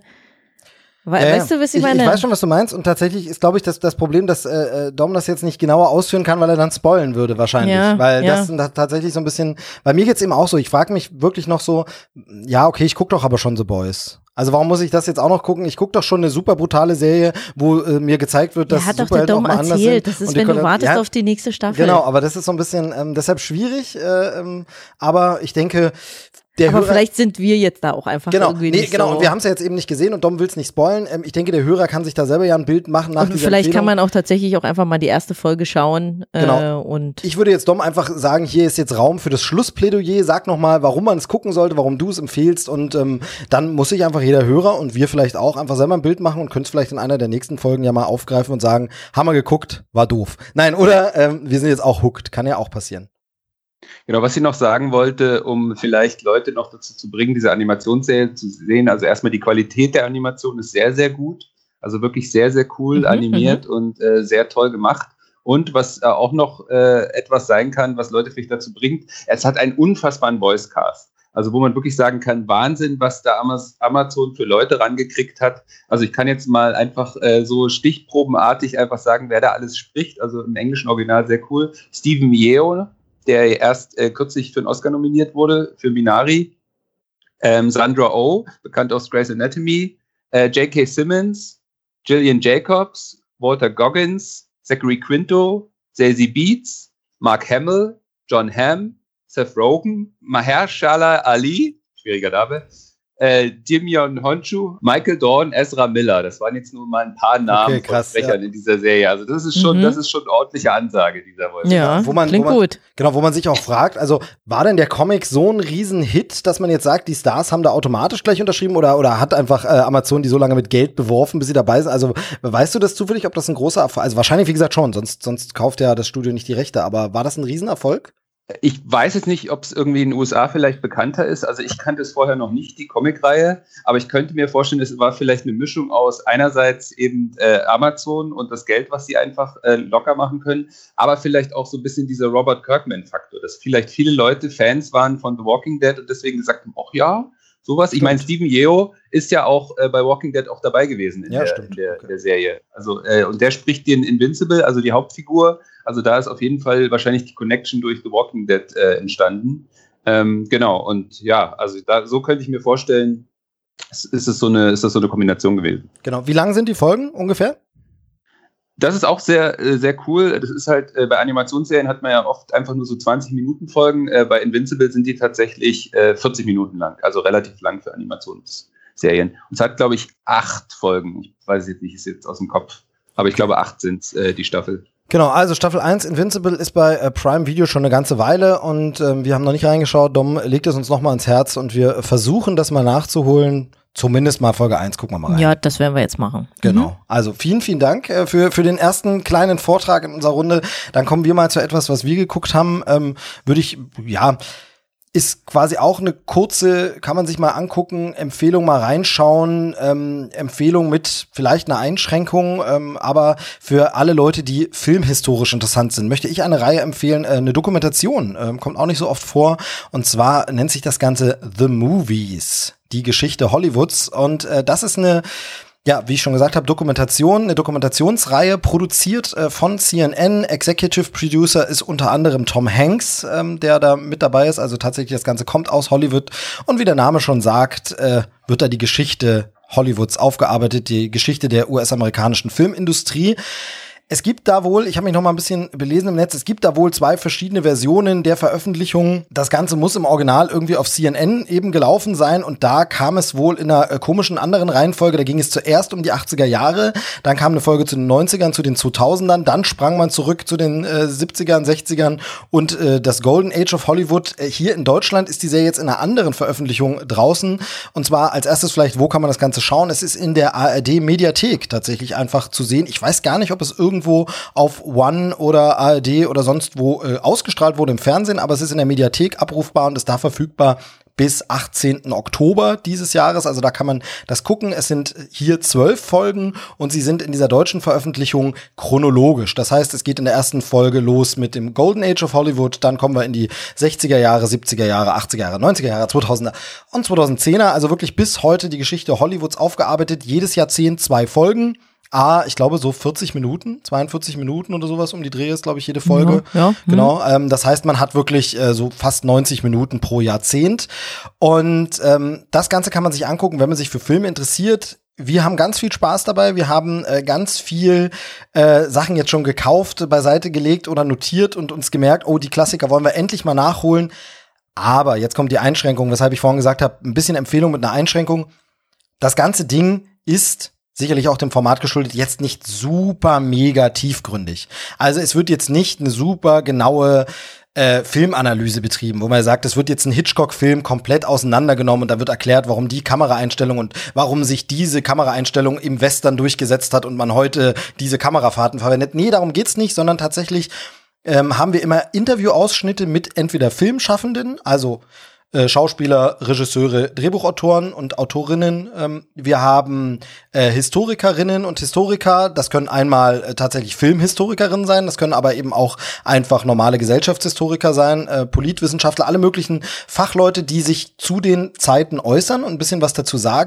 weißt du, was ich meine? Ich weiß schon, was du meinst und tatsächlich ist, glaube ich, das Problem, dass Dom das jetzt nicht genauer ausführen kann, weil er dann spoilen würde wahrscheinlich, weil das tatsächlich so ein bisschen, bei mir geht's eben auch so, ich frage mich wirklich noch so, ja, okay, ich guck doch aber schon The Boys. Also warum muss ich das jetzt auch noch gucken? Ich gucke doch schon eine super brutale Serie, wo mir gezeigt wird, dass Superhelden auch mal anders sind. Das ist, wenn du wartest auf die nächste Staffel. Genau, aber das ist so ein bisschen deshalb schwierig, aber ich denke, aber vielleicht sind wir jetzt da auch einfach irgendwie nicht so. Und wir haben es ja jetzt eben nicht gesehen und Dom will es nicht spoilen. Ich denke, der Hörer kann sich da selber ja ein Bild machen nach dieser vielleicht Empfehlung. Kann man auch tatsächlich auch einfach mal die erste Folge schauen. Genau. Und ich würde jetzt Dom einfach sagen, hier ist jetzt Raum für das Schlussplädoyer. Sag noch mal, warum man es gucken sollte, warum du es empfehlst und dann muss sich einfach jeder Hörer und wir vielleicht auch einfach selber ein Bild machen und können es vielleicht in einer der nächsten Folgen ja mal aufgreifen und sagen, haben wir geguckt, war doof. Nein, oder wir sind jetzt auch hooked, kann ja auch passieren. Genau, was ich noch sagen wollte, um vielleicht Leute noch dazu zu bringen, diese Animationsserie zu sehen, also erstmal die Qualität der Animation ist sehr, sehr gut, also wirklich sehr, sehr cool animiert und sehr toll gemacht. Und was auch noch etwas sein kann, was Leute vielleicht dazu bringt, es hat einen unfassbaren Voicecast. Also wo man wirklich sagen kann, Wahnsinn, was da Amazon für Leute rangekriegt hat. Also ich kann jetzt mal einfach so stichprobenartig einfach sagen, wer da alles spricht. Also im englischen Original sehr cool. Steven Yeun, der erst kürzlich für einen Oscar nominiert wurde, für Minari. Sandra Oh, bekannt aus Grey's Anatomy. J.K. Simmons, Gillian Jacobs, Walter Goggins, Zachary Quinto, Zazie Beetz, Mark Hamill, John Hamm, Seth Rogen, Mahershala Ali, schwieriger Name, Dimion Honshu, Michael Dorn, Ezra Miller. Das waren jetzt nur mal ein paar Namen von Sprechern in dieser Serie. Also das ist schon eine ordentliche Ansage dieser Woche. Ja, klingt gut. Genau, wo man sich auch fragt, also war denn der Comic so ein Riesenhit, dass man jetzt sagt, die Stars haben da automatisch gleich unterschrieben oder hat einfach Amazon die so lange mit Geld beworfen, bis sie dabei sind? Also weißt du das zufällig, ob das ein großer Erfolg, also wahrscheinlich, wie gesagt, schon, sonst kauft ja das Studio nicht die Rechte, aber war das ein Riesenerfolg? Ich weiß jetzt nicht, ob es irgendwie in den USA vielleicht bekannter ist. Also ich kannte es vorher noch nicht, die Comicreihe, aber ich könnte mir vorstellen, es war vielleicht eine Mischung aus einerseits eben Amazon und das Geld, was sie einfach locker machen können, aber vielleicht auch so ein bisschen dieser Robert Kirkman-Faktor, dass vielleicht viele Leute Fans waren von The Walking Dead und deswegen gesagt haben, ach ja, sowas. Ich meine, Stephen Yeun ist ja auch bei Walking Dead auch dabei gewesen in der Serie. Also und der spricht den Invincible, also die Hauptfigur. Also da ist auf jeden Fall wahrscheinlich die Connection durch The Walking Dead entstanden. Genau, und ja, also so könnte ich mir vorstellen, ist das so eine Kombination gewesen. Genau, wie lang sind die Folgen ungefähr? Das ist auch sehr, sehr cool. Das ist halt, bei Animationsserien hat man ja oft einfach nur so 20-Minuten-Folgen. Bei Invincible sind die tatsächlich 40 Minuten lang, also relativ lang für Animationsserien. Und es hat, glaube ich, 8 Folgen. Ich weiß jetzt nicht, ist jetzt aus dem Kopf. Aber ich glaube, 8 sind die Staffel. Genau, also Staffel 1 Invincible ist bei Prime Video schon eine ganze Weile und wir haben noch nicht reingeschaut. Dom legt es uns noch mal ans Herz und wir versuchen das mal nachzuholen. Zumindest mal Folge 1, gucken wir mal rein. Ja, das werden wir jetzt machen. Genau, also vielen, vielen Dank für den ersten kleinen Vortrag in unserer Runde. Dann kommen wir mal zu etwas, was wir geguckt haben. Ist quasi auch eine kurze, kann man sich mal angucken, Empfehlung mal reinschauen, Empfehlung mit vielleicht einer Einschränkung, aber für alle Leute, die filmhistorisch interessant sind, möchte ich eine Reihe empfehlen, eine Dokumentation, kommt auch nicht so oft vor, und zwar nennt sich das Ganze The Movies, die Geschichte Hollywoods, und das ist eine, ja, wie ich schon gesagt habe, eine Dokumentationsreihe, produziert von CNN. Executive Producer ist unter anderem Tom Hanks, der da mit dabei ist. Also tatsächlich, das Ganze kommt aus Hollywood. Und wie der Name schon sagt, wird da die Geschichte Hollywoods aufgearbeitet, die Geschichte der US-amerikanischen Filmindustrie. Es gibt da wohl, ich habe mich noch mal ein bisschen belesen im Netz, es gibt da wohl 2 verschiedene Versionen der Veröffentlichung. Das Ganze muss im Original irgendwie auf CNN eben gelaufen sein und da kam es wohl in einer komischen anderen Reihenfolge. Da ging es zuerst um die 80er Jahre, dann kam eine Folge zu den 90ern, zu den 2000ern, dann sprang man zurück zu den 70ern, 60ern und das Golden Age of Hollywood. Hier in Deutschland ist die Serie jetzt in einer anderen Veröffentlichung draußen, und zwar als erstes vielleicht, wo kann man das Ganze schauen? Es ist in der ARD-Mediathek tatsächlich einfach zu sehen. Ich weiß gar nicht, ob es irgendwo auf One oder ARD oder sonst wo ausgestrahlt wurde im Fernsehen, aber es ist in der Mediathek abrufbar und ist da verfügbar bis 18. Oktober dieses Jahres. Also da kann man das gucken. Es sind hier 12 Folgen und sie sind in dieser deutschen Veröffentlichung chronologisch. Das heißt, es geht in der ersten Folge los mit dem Golden Age of Hollywood, dann kommen wir in die 60er Jahre, 70er Jahre, 80er Jahre, 90er Jahre, 2000er und 2010er. Also wirklich bis heute die Geschichte Hollywoods aufgearbeitet. Jedes Jahrzehnt 2 Folgen. Ich glaube so 40 Minuten, 42 Minuten oder sowas um die Dreh ist, glaube ich, jede Folge. Ja. Genau, das heißt, man hat wirklich so fast 90 Minuten pro Jahrzehnt. Und das Ganze kann man sich angucken, wenn man sich für Filme interessiert. Wir haben ganz viel Spaß dabei. Wir haben ganz viel Sachen jetzt schon gekauft, beiseite gelegt oder notiert und uns gemerkt, oh, die Klassiker wollen wir endlich mal nachholen. Aber jetzt kommt die Einschränkung, weshalb ich vorhin gesagt habe, ein bisschen Empfehlung mit einer Einschränkung. Das ganze Ding ist sicherlich auch dem Format geschuldet, jetzt nicht super mega tiefgründig. Also es wird jetzt nicht eine super genaue Filmanalyse betrieben, wo man sagt, es wird jetzt ein Hitchcock-Film komplett auseinandergenommen und da wird erklärt, warum die Kameraeinstellung und warum sich diese Kameraeinstellung im Western durchgesetzt hat und man heute diese Kamerafahrten verwendet. Nee, darum geht's nicht, sondern tatsächlich haben wir immer Interviewausschnitte mit entweder Filmschaffenden, also Schauspieler, Regisseure, Drehbuchautoren und Autorinnen. Wir haben Historikerinnen und Historiker. Das können einmal tatsächlich Filmhistorikerinnen sein, das können aber eben auch einfach normale Gesellschaftshistoriker sein, Politwissenschaftler, alle möglichen Fachleute, die sich zu den Zeiten äußern und ein bisschen was dazu sagen.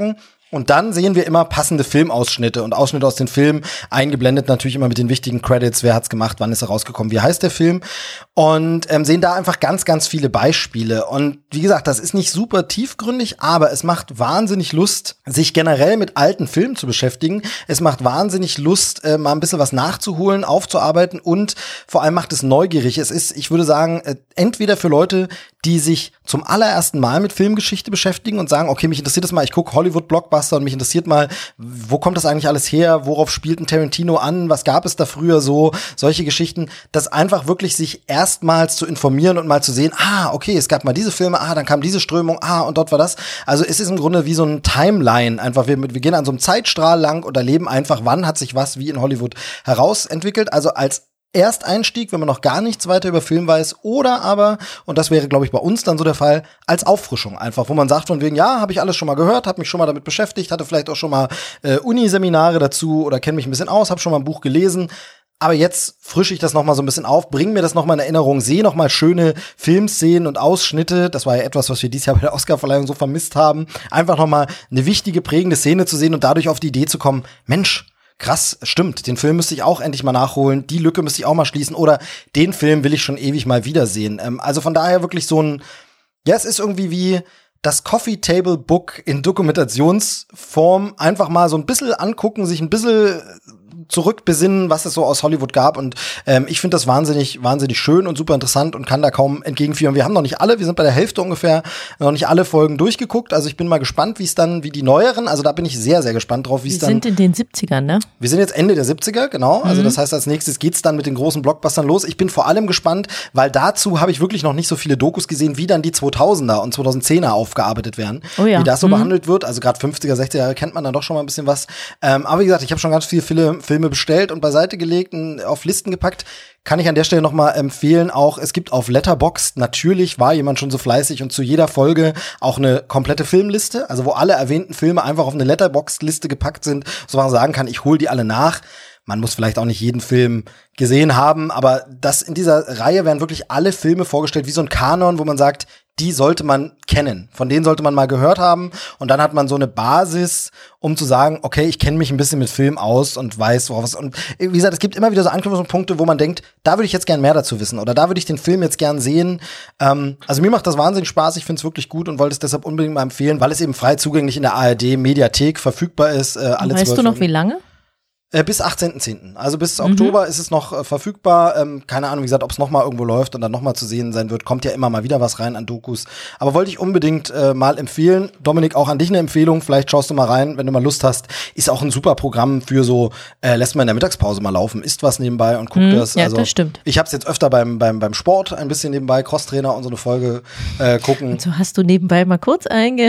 Und dann sehen wir immer passende Filmausschnitte und Ausschnitte aus den Filmen, eingeblendet natürlich immer mit den wichtigen Credits, wer hat's gemacht, wann ist er rausgekommen, wie heißt der Film. Und sehen da einfach ganz, ganz viele Beispiele. Und wie gesagt, das ist nicht super tiefgründig, aber es macht wahnsinnig Lust, sich generell mit alten Filmen zu beschäftigen. Es macht wahnsinnig Lust, mal ein bisschen was nachzuholen, aufzuarbeiten und vor allem macht es neugierig. Es ist, ich würde sagen, entweder für Leute, die sich zum allerersten Mal mit Filmgeschichte beschäftigen und sagen, okay, mich interessiert das mal, ich gucke Hollywood-Blockbuster und mich interessiert mal, wo kommt das eigentlich alles her, worauf spielt ein Tarantino an, was gab es da früher so, solche Geschichten, das einfach wirklich sich erstmals zu informieren und mal zu sehen, okay, es gab mal diese Filme, dann kam diese Strömung, und dort war das. Also es ist im Grunde wie so ein Timeline, einfach wir gehen an so einem Zeitstrahl lang und erleben einfach, wann hat sich was wie in Hollywood herausentwickelt, also als Ersteinstieg, wenn man noch gar nichts weiter über Film weiß, oder aber, und das wäre, glaube ich, bei uns dann so der Fall, als Auffrischung einfach, wo man sagt von wegen, ja, habe ich alles schon mal gehört, habe mich schon mal damit beschäftigt, hatte vielleicht auch schon mal Uniseminare dazu oder kenne mich ein bisschen aus, habe schon mal ein Buch gelesen, aber jetzt frische ich das noch mal so ein bisschen auf, bring mir das noch mal in Erinnerung, sehe noch mal schöne Filmszenen und Ausschnitte, das war ja etwas, was wir dieses Jahr bei der Oscarverleihung so vermisst haben, einfach noch mal eine wichtige, prägende Szene zu sehen und dadurch auf die Idee zu kommen, Mensch, krass, stimmt, den Film müsste ich auch endlich mal nachholen, die Lücke müsste ich auch mal schließen oder den Film will ich schon ewig mal wiedersehen. Also von daher wirklich so ein, ja, es ist irgendwie wie das Coffee Table Book in Dokumentationsform, einfach mal so ein bisschen angucken, sich ein bisschen zurückbesinnen, was es so aus Hollywood gab und ich finde das wahnsinnig, wahnsinnig schön und super interessant und kann da kaum entgegenführen. Wir haben noch nicht alle, wir sind bei der Hälfte ungefähr, noch nicht alle Folgen durchgeguckt, also ich bin mal gespannt, wie die neueren, also da bin ich sehr, sehr gespannt drauf, wie es dann. Wir sind in den 70ern, ne? Wir sind jetzt Ende der 70er, genau, also das heißt, als nächstes geht's dann mit den großen Blockbustern los. Ich bin vor allem gespannt, weil dazu habe ich wirklich noch nicht so viele Dokus gesehen, wie dann die 2000er und 2010er aufgearbeitet werden, wie das so behandelt wird, also gerade 50er, 60er Jahre kennt man dann doch schon mal ein bisschen was, aber wie gesagt, ich habe schon ganz viele Filme bestellt und beiseite gelegt und auf Listen gepackt. Kann ich an der Stelle noch mal empfehlen, auch es gibt auf Letterboxd, natürlich war jemand schon so fleißig und zu jeder Folge auch eine komplette Filmliste, also wo alle erwähnten Filme einfach auf eine Letterboxd-Liste gepackt sind, so man sagen kann, ich hole die alle nach. Man muss vielleicht auch nicht jeden Film gesehen haben, aber das in dieser Reihe werden wirklich alle Filme vorgestellt, wie so ein Kanon, wo man sagt, die sollte man kennen, von denen sollte man mal gehört haben und dann hat man so eine Basis, um zu sagen, okay, ich kenne mich ein bisschen mit Film aus und weiß, worauf es, und wie gesagt, es gibt immer wieder so Anknüpfungspunkte, wo man denkt, da würde ich jetzt gern mehr dazu wissen oder da würde ich den Film jetzt gern sehen. Also mir macht das wahnsinnig Spaß, ich finde es wirklich gut und wollte es deshalb unbedingt mal empfehlen, weil es eben frei zugänglich in der ARD-Mediathek verfügbar ist. Alle weißt du noch, wie lange? Bis 18.10. Also bis Oktober ist es noch verfügbar. Keine Ahnung, wie gesagt, ob es noch mal irgendwo läuft und dann noch mal zu sehen sein wird. Kommt ja immer mal wieder was rein an Dokus. Aber wollte ich unbedingt mal empfehlen. Dominik, auch an dich eine Empfehlung. Vielleicht schaust du mal rein, wenn du mal Lust hast. Ist auch ein super Programm für so, lässt man in der Mittagspause mal laufen, isst was nebenbei und guckt das. Ja, also, das stimmt. Ich habe es jetzt öfter beim Sport ein bisschen nebenbei, Crosstrainer und so eine Folge gucken. Und so hast du nebenbei mal kurz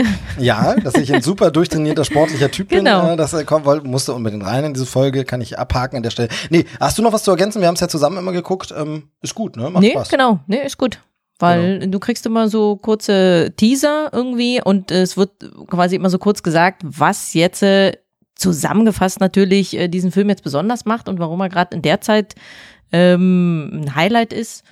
Ja, dass ich ein super durchtrainierter sportlicher Typ bin. Das musste unbedingt rein in diese Folge. Kann ich abhaken an der Stelle. Nee, hast du noch was zu ergänzen? Wir haben es ja zusammen immer geguckt. Ist gut, ne? Macht Spaß. Genau. Nee, ist gut. Weil du kriegst immer so kurze Teaser irgendwie und es wird quasi immer so kurz gesagt, was jetzt zusammengefasst natürlich diesen Film jetzt besonders macht und warum er gerade in der Zeit ein Highlight ist.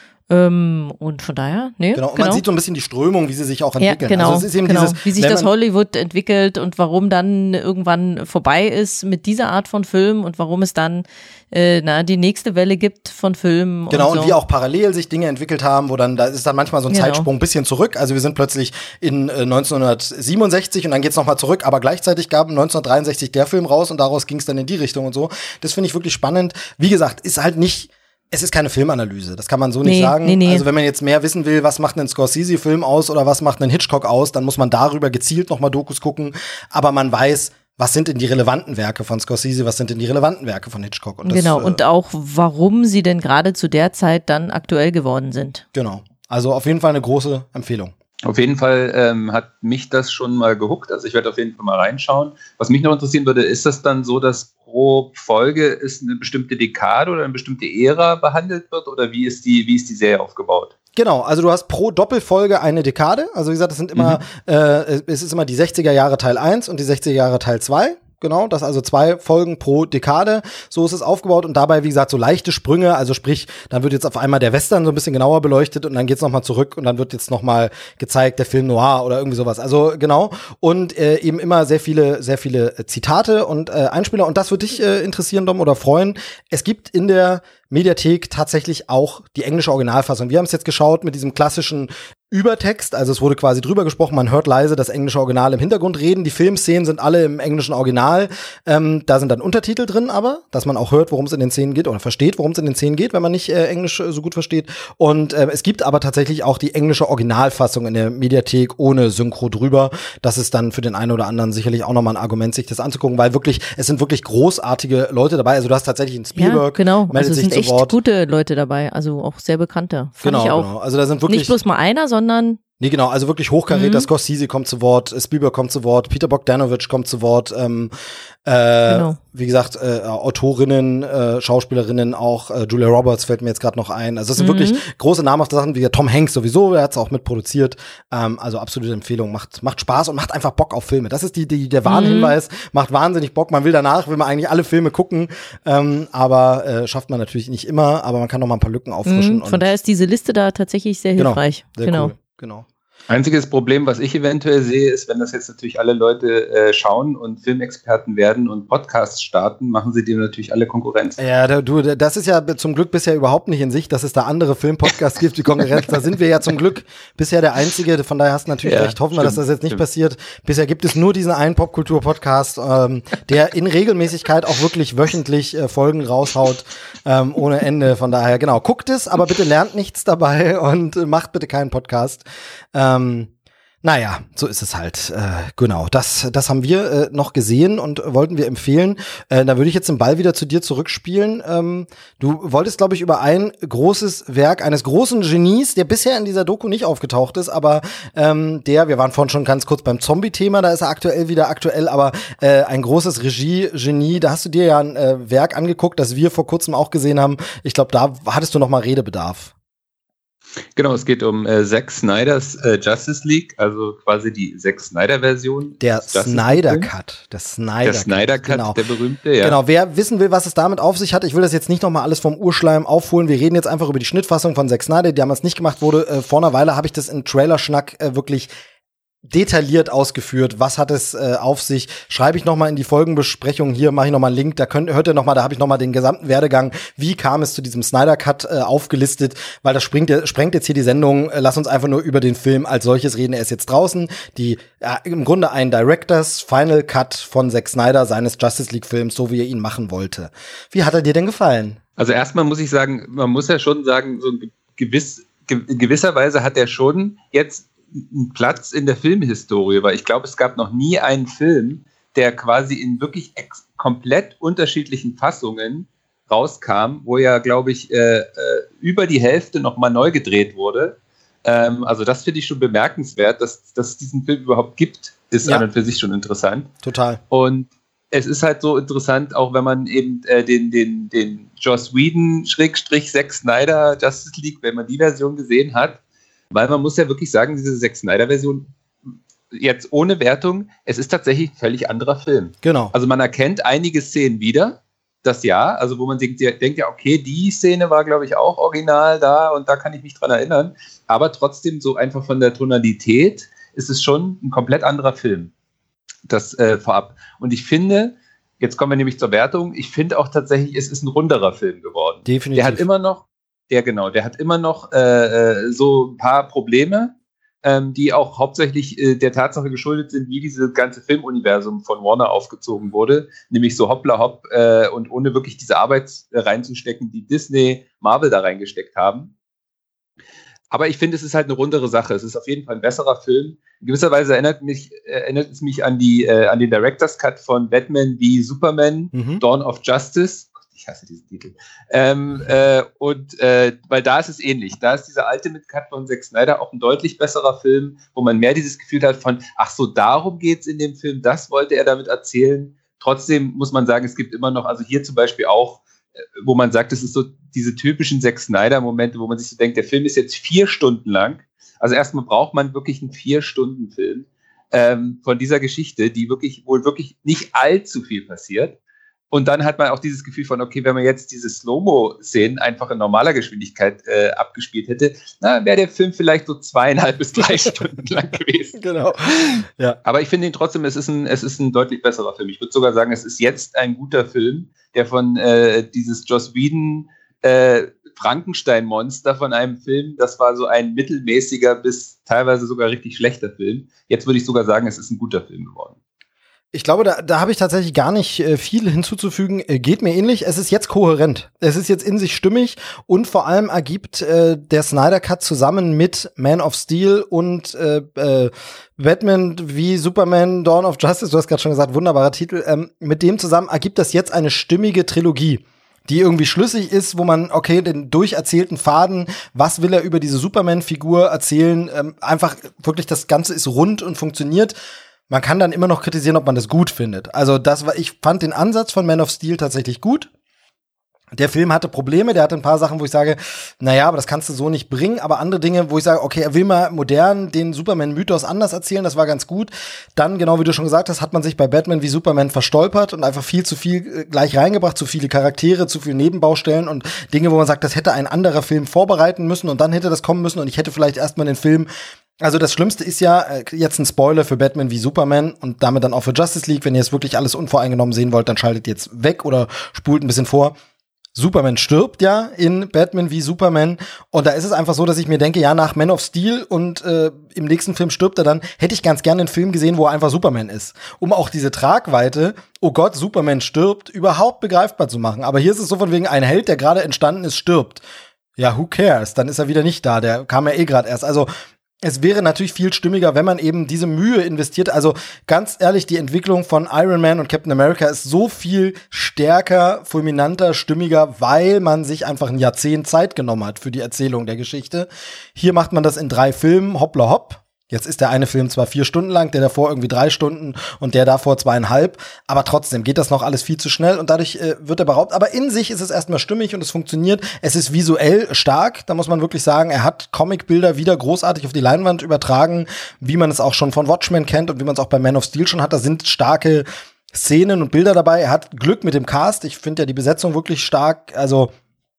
Und von daher, Genau, und man sieht so ein bisschen die Strömung, wie sie sich auch entwickeln. Ja, genau, also es ist eben wie sich das Hollywood entwickelt und warum dann irgendwann vorbei ist mit dieser Art von Film und warum es dann die nächste Welle gibt von Filmen. Genau, und wie auch parallel sich Dinge entwickelt haben, wo dann, da ist dann manchmal so ein Zeitsprung ein bisschen zurück. Also wir sind plötzlich in 1967 und dann geht's nochmal zurück, aber gleichzeitig gab 1963 der Film raus und daraus ging's dann in die Richtung und so. Das finde ich wirklich spannend. Wie gesagt, ist halt nicht, es ist keine Filmanalyse, das kann man so nicht sagen. Nee. Also wenn man jetzt mehr wissen will, was macht einen Scorsese-Film aus oder was macht einen Hitchcock aus, dann muss man darüber gezielt nochmal Dokus gucken. Aber man weiß, was sind denn die relevanten Werke von Scorsese, was sind denn die relevanten Werke von Hitchcock. Und das, und auch, warum sie denn gerade zu der Zeit dann aktuell geworden sind. Genau, also auf jeden Fall eine große Empfehlung. Auf jeden Fall hat mich das schon mal gehuckt, also ich werde auf jeden Fall mal reinschauen. Was mich noch interessieren würde, ist das dann so, dass pro Folge ist eine bestimmte Dekade oder eine bestimmte Ära behandelt wird oder wie ist die Serie aufgebaut? Genau, also du hast pro Doppelfolge eine Dekade, also wie gesagt, das sind immer, es ist immer die 60er Jahre Teil 1 und die 60er Jahre Teil 2. Genau, das also 2 Folgen pro Dekade, so ist es aufgebaut und dabei, wie gesagt, so leichte Sprünge, also sprich, dann wird jetzt auf einmal der Western so ein bisschen genauer beleuchtet und dann geht's nochmal zurück und dann wird jetzt nochmal gezeigt, der Film Noir oder irgendwie sowas, also genau und eben immer sehr viele Zitate und Einspieler und das würde dich interessieren, Dom, oder freuen. Es gibt in der Mediathek tatsächlich auch die englische Originalfassung. Wir haben es jetzt geschaut mit diesem klassischen Übertext, also es wurde quasi drüber gesprochen, man hört leise das englische Original im Hintergrund reden, die Filmszenen sind alle im englischen Original, da sind dann Untertitel drin aber, dass man auch hört, worum es in den Szenen geht oder versteht, worum es in den Szenen geht, wenn man nicht Englisch so gut versteht und es gibt aber tatsächlich auch die englische Originalfassung in der Mediathek ohne Synchro drüber, das ist dann für den einen oder anderen sicherlich auch nochmal ein Argument, sich das anzugucken, weil wirklich, es sind wirklich großartige Leute dabei, also du hast tatsächlich einen Spielberg, ja, genau. meldet also es sich sind zu echt Wort. Gute Leute dabei, also auch sehr bekannte. Fand ich auch. Genau, also da sind wirklich nicht bloß mal einer, sondern nee, genau, also wirklich Hochkaräter. Scorsese kommt zu Wort, Spielberg kommt zu Wort, Peter Bogdanovich kommt zu Wort, genau. Wie gesagt, Autorinnen, Schauspielerinnen auch, Julia Roberts fällt mir jetzt gerade noch ein. Also es sind wirklich große namhafte Sachen, wie Tom Hanks sowieso, der hat es auch mitproduziert. Also absolute Empfehlung, macht Spaß und macht einfach Bock auf Filme. Das ist der Warnhinweis, macht wahnsinnig Bock. Man will man eigentlich alle Filme gucken, aber schafft man natürlich nicht immer, aber man kann noch mal ein paar Lücken auffrischen. Von daher ist diese Liste da tatsächlich sehr hilfreich. Sehr cool. Genau. Einziges Problem, was ich eventuell sehe, ist, wenn das jetzt natürlich alle Leute schauen und Filmexperten werden und Podcasts starten, machen sie dem natürlich alle Konkurrenz. Ja, das ist ja zum Glück bisher überhaupt nicht in Sicht, dass es da andere Filmpodcasts gibt, die Konkurrenz. Da sind wir ja zum Glück bisher der Einzige. Von daher hast du natürlich recht. Hoffen wir, dass das jetzt nicht passiert. Bisher gibt es nur diesen einen Popkultur-Podcast, der in Regelmäßigkeit auch wirklich wöchentlich Folgen raushaut, ohne Ende. Von daher, genau, guckt es, aber bitte lernt nichts dabei und macht bitte keinen Podcast. Naja, so ist es halt. Genau, das haben wir noch gesehen und wollten wir empfehlen. Da würde ich jetzt den Ball wieder zu dir zurückspielen. Du wolltest, glaube ich, über ein großes Werk eines großen Genies, der bisher in dieser Doku nicht aufgetaucht ist, aber wir waren vorhin schon ganz kurz beim Zombie-Thema, da ist er aktuell wieder aktuell, aber ein großes Regie-Genie, da hast du dir ja ein Werk angeguckt, das wir vor kurzem auch gesehen haben. Ich glaube, da hattest du noch mal Redebedarf. Genau, es geht um Zack Snyders Justice League, also quasi die Zack Snyder-Version. Der Snyder Cut. Der Snyder Cut, genau. Der berühmte, ja. Genau, wer wissen will, was es damit auf sich hat, ich will das jetzt nicht nochmal alles vom Urschleim aufholen. Wir reden jetzt einfach über die Schnittfassung von Zack Snyder, die damals nicht gemacht wurde. Vor einer Weile habe ich das in Trailer-Schnack wirklich detailliert ausgeführt, was hat es auf sich, schreibe ich nochmal in die Folgenbesprechung, hier mache ich nochmal einen Link, hört ihr nochmal, da habe ich nochmal den gesamten Werdegang, wie kam es zu diesem Snyder Cut aufgelistet, weil das sprengt jetzt hier die Sendung, lass uns einfach nur über den Film als solches reden, er ist jetzt draußen, im Grunde ein Directors Final Cut von Zack Snyder, seines Justice League Films, so wie er ihn machen wollte. Wie hat er dir denn gefallen? Also erstmal muss ich sagen, man muss ja schon sagen, so in gewisser Weise hat er schon jetzt einen Platz in der Filmhistorie, weil ich glaube, es gab noch nie einen Film, der quasi in wirklich komplett unterschiedlichen Fassungen rauskam, wo ja, glaube ich, über die Hälfte nochmal neu gedreht wurde. Also das finde ich schon bemerkenswert, dass es diesen Film überhaupt gibt, ist an und für sich schon interessant. Total. Und es ist halt so interessant, auch wenn man eben den Joss Whedon / Zack Snyder Justice League, wenn man die Version gesehen hat, weil man muss ja wirklich sagen, diese Zack Snyder-Version, jetzt ohne Wertung, es ist tatsächlich ein völlig anderer Film. Genau. Also man erkennt einige Szenen wieder, das ja, also wo man denkt ja, okay, die Szene war, glaube ich, auch original da und da kann ich mich dran erinnern, aber trotzdem so einfach von der Tonalität ist es schon ein komplett anderer Film. Das vorab. Und ich finde, jetzt kommen wir nämlich zur Wertung, ich finde auch tatsächlich, es ist ein runderer Film geworden. Definitiv. Der hat immer noch so ein paar Probleme, die auch hauptsächlich der Tatsache geschuldet sind, wie dieses ganze Filmuniversum von Warner aufgezogen wurde, nämlich so hoppla hopp und ohne wirklich diese Arbeit reinzustecken, die Disney, Marvel da reingesteckt haben. Aber ich finde, es ist halt eine rundere Sache. Es ist auf jeden Fall ein besserer Film. In gewisser Weise erinnert es mich an den Director's Cut von Batman wie Superman, Dawn of Justice. Ich hasse diesen Titel. Weil da ist es ähnlich. Da ist dieser Ultimate Cut von Zack Snyder auch ein deutlich besserer Film, wo man mehr dieses Gefühl hat von, ach so, darum geht's in dem Film, das wollte er damit erzählen. Trotzdem muss man sagen, es gibt immer noch, also hier zum Beispiel auch, wo man sagt, es ist so diese typischen Zack Snyder-Momente, wo man sich so denkt, der Film ist jetzt 4 Stunden lang. Also erstmal braucht man wirklich einen 4-Stunden-Film. von dieser Geschichte, die wohl wirklich nicht allzu viel passiert. Und dann hat man auch dieses Gefühl von, okay, wenn man jetzt diese Slow-Mo-Szenen einfach in normaler Geschwindigkeit abgespielt hätte, dann wäre der Film vielleicht so 2,5 bis 3 Stunden lang gewesen. Genau. Ja. Aber ich finde ihn trotzdem, es ist ein deutlich besserer Film. Ich würde sogar sagen, es ist jetzt ein guter Film, der von dieses Joss Whedon Frankenstein-Monster von einem Film, das war so ein mittelmäßiger bis teilweise sogar richtig schlechter Film. Jetzt würde ich sogar sagen, es ist ein guter Film geworden. Ich glaube, da habe ich tatsächlich gar nicht viel hinzuzufügen. Geht mir ähnlich. Es ist jetzt kohärent. Es ist jetzt in sich stimmig und vor allem ergibt der Snyder Cut zusammen mit Man of Steel und Batman wie Superman Dawn of Justice, du hast gerade schon gesagt, wunderbarer Titel, mit dem zusammen ergibt das jetzt eine stimmige Trilogie, die irgendwie schlüssig ist, wo man, okay, den durcherzählten Faden, was will er über diese Superman-Figur erzählen, einfach wirklich das Ganze ist rund und funktioniert. Man kann dann immer noch kritisieren, ob man das gut findet. Also ich fand den Ansatz von Man of Steel tatsächlich gut. Der Film hatte Probleme, der hatte ein paar Sachen, wo ich sage, naja, aber das kannst du so nicht bringen. Aber andere Dinge, wo ich sage, okay, er will mal modern den Superman-Mythos anders erzählen, das war ganz gut. Dann, genau wie du schon gesagt hast, hat man sich bei Batman wie Superman verstolpert und einfach viel zu viel gleich reingebracht, zu viele Charaktere, zu viele Nebenbaustellen und Dinge, wo man sagt, das hätte ein anderer Film vorbereiten müssen und dann hätte das kommen müssen und ich hätte vielleicht erstmal den Film. Also das Schlimmste ist ja, jetzt ein Spoiler für Batman wie Superman und damit dann auch für Justice League. Wenn ihr es wirklich alles unvoreingenommen sehen wollt, dann schaltet jetzt weg oder spult ein bisschen vor. Superman stirbt ja in Batman wie Superman und da ist es einfach so, dass ich mir denke, ja, nach Man of Steel und im nächsten Film stirbt er dann, hätte ich ganz gerne einen Film gesehen, wo er einfach Superman ist, um auch diese Tragweite, oh Gott, Superman stirbt, überhaupt begreifbar zu machen. Aber hier ist es so von wegen, ein Held, der gerade entstanden ist, stirbt. Ja, who cares? Dann ist er wieder nicht da, der kam ja eh gerade erst. Also es wäre natürlich viel stimmiger, wenn man eben diese Mühe investiert. Also ganz ehrlich, die Entwicklung von Iron Man und Captain America ist so viel stärker, fulminanter, stimmiger, weil man sich einfach ein Jahrzehnt Zeit genommen hat für die Erzählung der Geschichte. Hier macht man das in 3 Filmen, hoppla hopp. Jetzt ist der eine Film zwar 4 Stunden lang, der davor irgendwie 3 Stunden und der davor 2,5, aber trotzdem geht das noch alles viel zu schnell und dadurch wird er beraubt. Aber in sich ist es erstmal stimmig und es funktioniert. Es ist visuell stark, da muss man wirklich sagen, er hat Comicbilder wieder großartig auf die Leinwand übertragen, wie man es auch schon von Watchmen kennt und wie man es auch bei Man of Steel schon hat. Da sind starke Szenen und Bilder dabei. Er hat Glück mit dem Cast. Ich finde ja die Besetzung wirklich stark. Also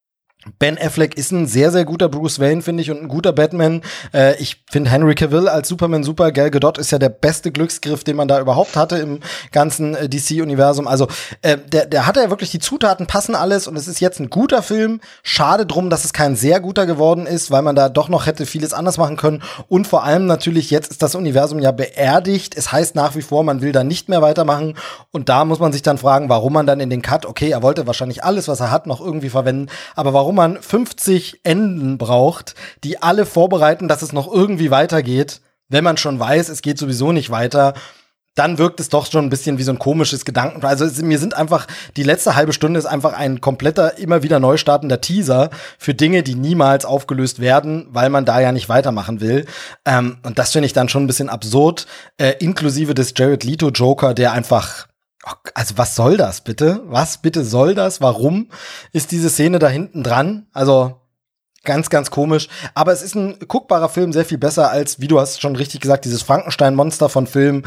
Ben Affleck ist ein sehr, sehr guter Bruce Wayne, finde ich, und ein guter Batman. Ich finde Henry Cavill als Superman super. Gal Gadot ist ja der beste Glücksgriff, den man da überhaupt hatte im ganzen DC-Universum. Also der hatte ja wirklich, die Zutaten passen alles und es ist jetzt ein guter Film. Schade drum, dass es kein sehr guter geworden ist, weil man da doch noch hätte vieles anders machen können. Und vor allem natürlich, jetzt ist das Universum ja beerdigt. Es heißt nach wie vor, man will da nicht mehr weitermachen. Und da muss man sich dann fragen, warum man dann in den Cut, okay, er wollte wahrscheinlich alles, was er hat, noch irgendwie verwenden, aber warum man 50 Enden braucht, die alle vorbereiten, dass es noch irgendwie weitergeht, wenn man schon weiß, es geht sowieso nicht weiter, dann wirkt es doch schon ein bisschen wie so ein komisches Gedanken. Also mir sind einfach, die letzte halbe Stunde ist einfach ein kompletter, immer wieder neu startender Teaser für Dinge, die niemals aufgelöst werden, weil man da ja nicht weitermachen will. Und das finde ich dann schon ein bisschen absurd, inklusive des Jared Leto Joker, der einfach, also was soll das bitte? Was bitte soll das? Warum ist diese Szene da hinten dran? Also ganz, ganz komisch. Aber es ist ein guckbarer Film, sehr viel besser als, wie du hast schon richtig gesagt, dieses Frankenstein-Monster von Film,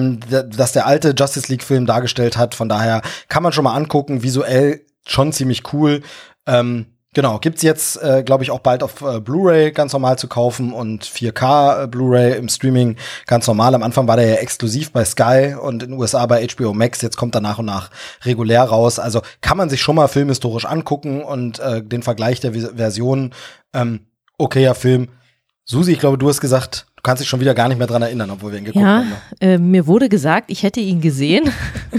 das der alte Justice League-Film dargestellt hat. Von daher kann man schon mal angucken, visuell schon ziemlich cool. Genau, gibt's jetzt, glaube ich, auch bald auf Blu-ray ganz normal zu kaufen und 4K Blu-ray im Streaming ganz normal. Am Anfang war der ja exklusiv bei Sky und in den USA bei HBO Max. Jetzt kommt er nach und nach regulär raus. Also kann man sich schon mal filmhistorisch angucken und den Vergleich der Versionen. Okayer Film. Susi, ich glaube, du hast gesagt, du kannst dich schon wieder gar nicht mehr dran erinnern, obwohl wir ihn geguckt haben. Ja, mir wurde gesagt, ich hätte ihn gesehen.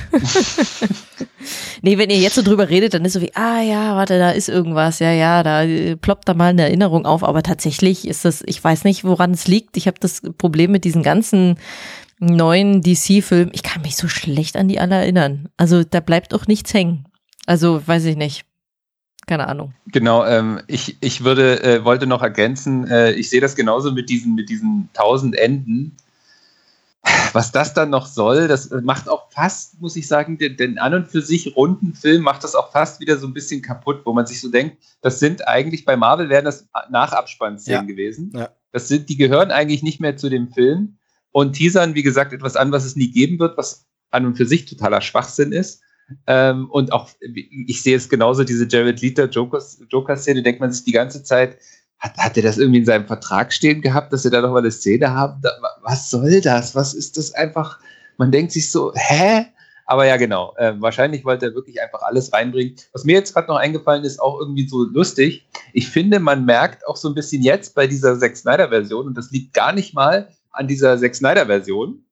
Nee, wenn ihr jetzt so drüber redet, dann ist so wie, ja, warte, da ist irgendwas, ja, da ploppt da mal eine Erinnerung auf, aber tatsächlich ist das, ich weiß nicht, woran es liegt. Ich habe das Problem mit diesen ganzen neuen DC-Filmen, ich kann mich so schlecht an die alle erinnern. Also da bleibt auch nichts hängen. Also weiß ich nicht. Keine Ahnung. Genau, ich wollte noch ergänzen, ich sehe das genauso mit diesen 1000 Enden. Was das dann noch soll, das macht auch fast, muss ich sagen, den an und für sich runden Film macht das auch fast wieder so ein bisschen kaputt, wo man sich so denkt, das sind eigentlich, bei Marvel wären das Nachabspannszenen gewesen. Ja. Die gehören eigentlich nicht mehr zu dem Film. und teasern, wie gesagt, etwas an, was es nie geben wird, was an und für sich totaler Schwachsinn ist. Und auch, ich sehe es genauso, diese Jared Leto Joker-Szene, denkt man sich die ganze Zeit, hat er das irgendwie in seinem Vertrag stehen gehabt, dass er da nochmal eine Szene haben? Was soll das? Was ist das einfach? Man denkt sich so, hä? Aber ja, genau. Wahrscheinlich wollte er wirklich einfach alles reinbringen. Was mir jetzt gerade noch eingefallen ist, auch irgendwie so lustig. Ich finde, man merkt auch so ein bisschen jetzt bei dieser Zack Snyder-Version, und das liegt gar nicht mal an dieser Zack Snyder-Version.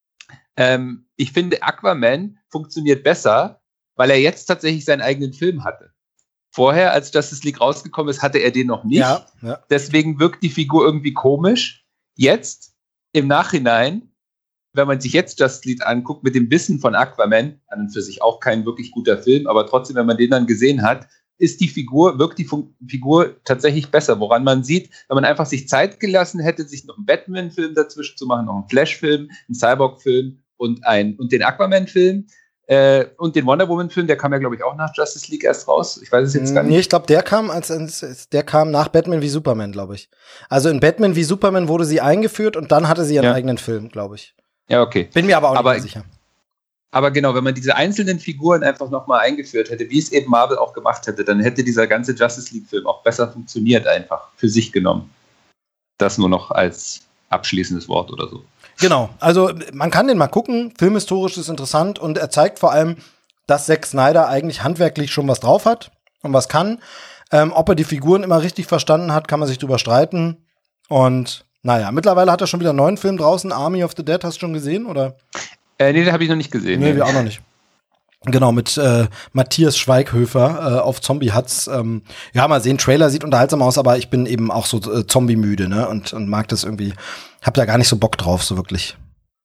Ich finde, Aquaman funktioniert besser, weil er jetzt tatsächlich seinen eigenen Film hatte. Vorher, als Justice League rausgekommen ist, hatte er den noch nicht. Ja. Deswegen wirkt die Figur irgendwie komisch. Jetzt, im Nachhinein, wenn man sich jetzt Justice League anguckt, mit dem Wissen von Aquaman, an und für sich auch kein wirklich guter Film, aber trotzdem, wenn man den dann gesehen hat, wirkt die Figur tatsächlich besser. Woran man sieht, wenn man einfach sich Zeit gelassen hätte, sich noch einen Batman-Film dazwischen zu machen, noch einen Flash-Film, einen Cyborg-Film und den Aquaman-Film, und den Wonder Woman-Film, der kam ja, glaube ich, auch nach Justice League erst raus. Ich weiß es jetzt gar nicht. Nee, ich glaube, der kam nach Batman wie Superman, glaube ich. Also in Batman wie Superman wurde sie eingeführt und dann hatte sie ihren eigenen Film, glaube ich. Ja, okay. Bin mir aber auch nicht mehr sicher. Aber genau, wenn man diese einzelnen Figuren einfach nochmal eingeführt hätte, wie es eben Marvel auch gemacht hätte, dann hätte dieser ganze Justice League-Film auch besser funktioniert, einfach für sich genommen. Das nur noch als abschließendes Wort oder so. Genau, also man kann den mal gucken, filmhistorisch ist interessant und er zeigt vor allem, dass Zack Snyder eigentlich handwerklich schon was drauf hat und was kann. Ob er die Figuren immer richtig verstanden hat, kann man sich drüber streiten. Und naja, mittlerweile hat er schon wieder einen neuen Film draußen, Army of the Dead, hast du schon gesehen, oder? Nee, den habe ich noch nicht gesehen. Nee, wir auch noch nicht. Genau, mit Matthias Schweighöfer auf Zombie Huts. Ja, mal sehen, Trailer sieht unterhaltsam aus, aber ich bin eben auch so Zombie-müde, ne? Und mag das irgendwie, hab da gar nicht so Bock drauf, so wirklich.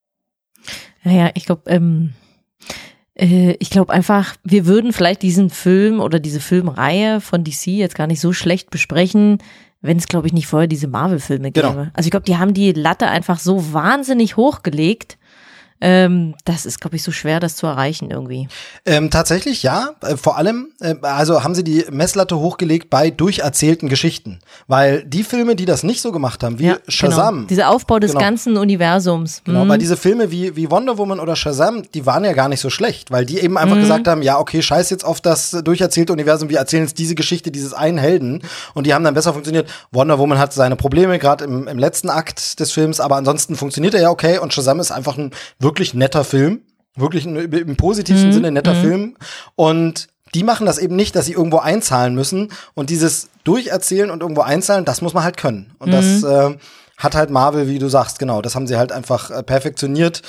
Naja, ich glaube einfach, wir würden vielleicht diesen Film oder diese Filmreihe von DC jetzt gar nicht so schlecht besprechen, wenn es, glaube ich, nicht vorher diese Marvel-Filme gäbe. Genau. Also ich glaube, die haben die Latte einfach so wahnsinnig hochgelegt. Das ist, glaube ich, so schwer, das zu erreichen irgendwie. Tatsächlich, ja. Vor allem, also haben sie die Messlatte hochgelegt bei durcherzählten Geschichten. Weil die Filme, die das nicht so gemacht haben, wie Shazam. Genau. Dieser Aufbau des ganzen Universums. Genau, weil diese Filme wie Wonder Woman oder Shazam, die waren ja gar nicht so schlecht, weil die eben einfach gesagt haben, ja, okay, scheiß jetzt auf das durcherzählte Universum, wir erzählen jetzt diese Geschichte dieses einen Helden und die haben dann besser funktioniert. Wonder Woman hat seine Probleme, gerade im letzten Akt des Films, aber ansonsten funktioniert er ja okay und Shazam ist einfach ein wirklich netter Film, wirklich im positivsten Sinne netter Film und die machen das eben nicht, dass sie irgendwo einzahlen müssen und dieses Durcherzählen und irgendwo einzahlen, das muss man halt können und das hat halt Marvel, wie du sagst, genau, das haben sie halt einfach perfektioniert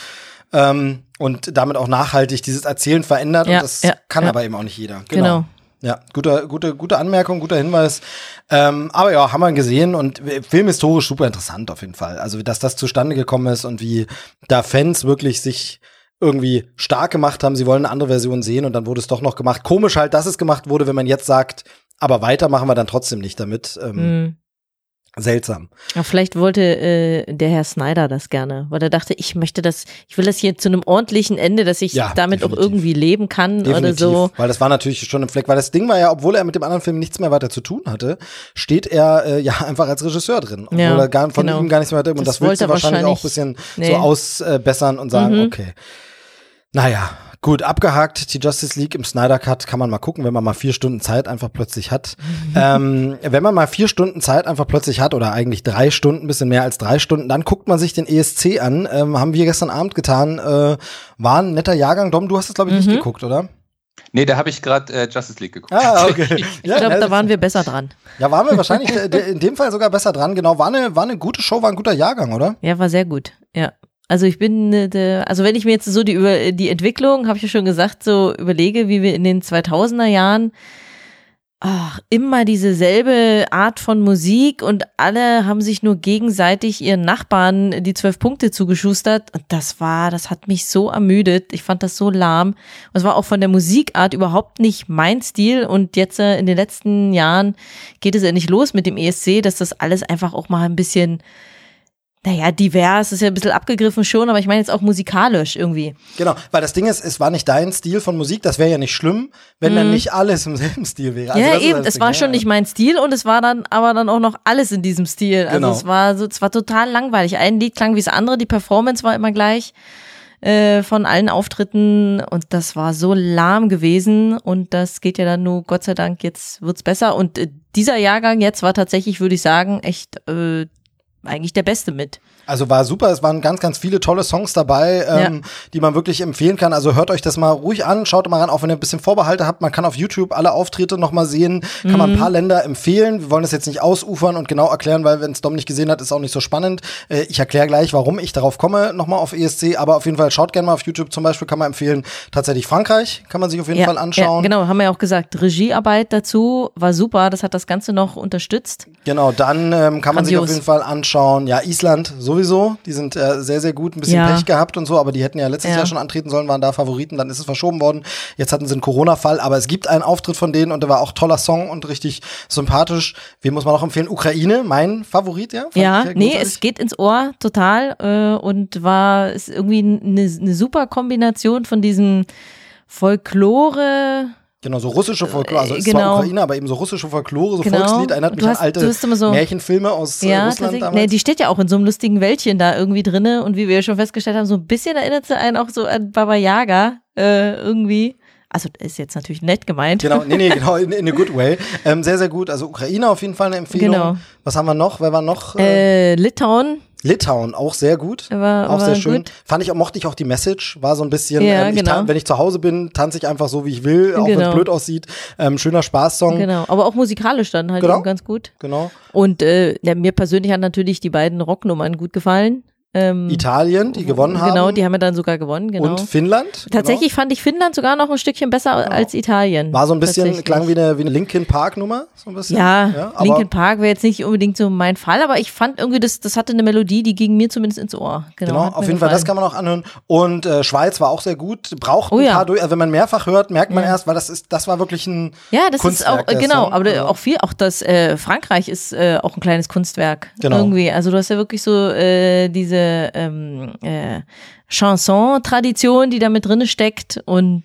und damit auch nachhaltig dieses Erzählen verändert und das kann aber eben auch nicht jeder. Genau. Ja, gute Anmerkung, guter Hinweis. Aber ja, haben wir gesehen und filmhistorisch super interessant auf jeden Fall. Also, dass das zustande gekommen ist und wie da Fans wirklich sich irgendwie stark gemacht haben, sie wollen eine andere Version sehen und dann wurde es doch noch gemacht. Komisch halt, dass es gemacht wurde, wenn man jetzt sagt, aber weiter machen wir dann trotzdem nicht damit. Seltsam. Ja, vielleicht wollte der Herr Snyder das gerne, weil er dachte, ich will das hier zu einem ordentlichen Ende, dass ich damit definitiv auch irgendwie leben kann oder so. Weil das war natürlich schon ein Fleck, weil das Ding war ja, obwohl er mit dem anderen Film nichts mehr weiter zu tun hatte, steht er ja einfach als Regisseur drin, obwohl er von ihm gar nichts mehr hatte und das willst du wahrscheinlich auch ein bisschen so ausbessern und sagen, okay. Naja, gut, abgehakt, die Justice League im Snyder Cut kann man mal gucken, wenn man mal 4 Stunden Zeit einfach plötzlich hat. Wenn man mal 4 Stunden Zeit einfach plötzlich hat oder eigentlich 3 Stunden, bisschen mehr als 3 Stunden, dann guckt man sich den ESC an. Haben wir gestern Abend getan. War ein netter Jahrgang. Dom, du hast es, glaube ich, nicht geguckt, oder? Nee, da habe ich gerade Justice League geguckt. Ah, okay. Ich glaube, da waren wir besser dran. Ja, waren wir wahrscheinlich in dem Fall sogar besser dran. Genau, war eine gute Show, war ein guter Jahrgang, oder? Ja, war sehr gut, ja. Also ich bin, also wenn ich mir jetzt so die Entwicklung, habe ich ja schon gesagt, so überlege, wie wir in den 2000er Jahren immer dieselbe Art von Musik und alle haben sich nur gegenseitig ihren Nachbarn die 12 Punkte zugeschustert. Und das hat mich so ermüdet. Ich fand das so lahm. Und es war auch von der Musikart überhaupt nicht mein Stil. Und jetzt in den letzten Jahren geht es endlich los mit dem ESC, dass das alles einfach auch mal ein bisschen Naja, divers ist ja ein bisschen abgegriffen schon, aber ich meine jetzt auch musikalisch irgendwie. Genau, weil das Ding ist, es war nicht dein Stil von Musik, das wäre ja nicht schlimm, wenn dann nicht alles im selben Stil wäre. Also ja, das ist eben, das es Ding, war ja. schon nicht mein Stil und es war dann aber dann auch noch alles in diesem Stil. Also Genau. es war total langweilig. Ein Lied klang wie das andere, die Performance war immer gleich von allen Auftritten und das war so lahm gewesen und das geht ja dann nur, Gott sei Dank, jetzt wird's besser und dieser Jahrgang jetzt war tatsächlich, würde ich sagen, echt eigentlich der beste mit. Also war super, es waren ganz, ganz viele tolle Songs dabei, die man wirklich empfehlen kann. Also hört euch das mal ruhig an, schaut mal ran, auch wenn ihr ein bisschen Vorbehalte habt. Man kann auf YouTube alle Auftritte nochmal sehen, kann man ein paar Länder empfehlen. Wir wollen das jetzt nicht ausufern und genau erklären, weil wenn es Dom nicht gesehen hat, ist auch nicht so spannend. Ich erkläre gleich, warum ich darauf komme, nochmal auf ESC. Aber auf jeden Fall schaut gerne mal auf YouTube zum Beispiel, kann man empfehlen. Tatsächlich Frankreich kann man sich auf jeden Fall anschauen. Ja, genau, haben wir ja auch gesagt, Regiearbeit dazu war super, das hat das Ganze noch unterstützt. Genau, dann kann man sich auf jeden Fall anschauen. Ja, Island sowieso, die sind sehr, sehr gut, ein bisschen Pech gehabt und so, aber die hätten ja letztes Jahr schon antreten sollen, waren da Favoriten, dann ist es verschoben worden. Jetzt hatten sie einen Corona-Fall, aber es gibt einen Auftritt von denen und der war auch toller Song und richtig sympathisch. Wen muss man noch empfehlen? Ukraine, mein Favorit, ja? Ja, nee, es geht ins Ohr total und ist irgendwie eine super Kombination von diesem Folklore. Genau, so russische Folklore, also ist zwar Ukraine, aber eben so russische Folklore, so Volkslied, erinnert mich an alte Märchenfilme aus Russland damals. Nee, die steht ja auch in so einem lustigen Wäldchen da irgendwie drinne und wie wir ja schon festgestellt haben, so ein bisschen erinnert sie einen auch so an Baba Yaga irgendwie. Also ist jetzt natürlich nett gemeint. Genau, genau, in a good way. Sehr, sehr gut, also Ukraine auf jeden Fall eine Empfehlung. Genau. Was haben wir noch? Wer war noch? Litauen, auch sehr gut. Auch sehr schön. Gut. Mochte ich auch die Message, war so ein bisschen, wenn ich zu Hause bin, tanze ich einfach so, wie ich will, auch wenn es blöd aussieht. Schöner Spaßsong. Genau, aber auch musikalisch dann halt eben ganz gut. Genau. Und mir persönlich hat natürlich die beiden Rocknummern gut gefallen. Italien, die gewonnen haben. Genau, die haben ja dann sogar gewonnen, genau. Und Finnland. Tatsächlich fand ich Finnland sogar noch ein Stückchen besser als Italien. War so ein bisschen, klang wie eine Linkin Park Nummer, so ein bisschen. Ja, Linkin Park wäre jetzt nicht unbedingt so mein Fall, aber ich fand irgendwie, das hatte eine Melodie, die ging mir zumindest ins Ohr. Genau, auf jeden Fall, das kann man auch anhören. Und Schweiz war auch sehr gut, braucht ein paar wenn man mehrfach hört, merkt man erst, weil das war wirklich ein Kunstwerk. Ist auch, genau, aber auch viel, auch das Frankreich ist auch ein kleines Kunstwerk. Genau. Irgendwie, also du hast ja wirklich so diese Chanson-Tradition, die da mit drinne steckt und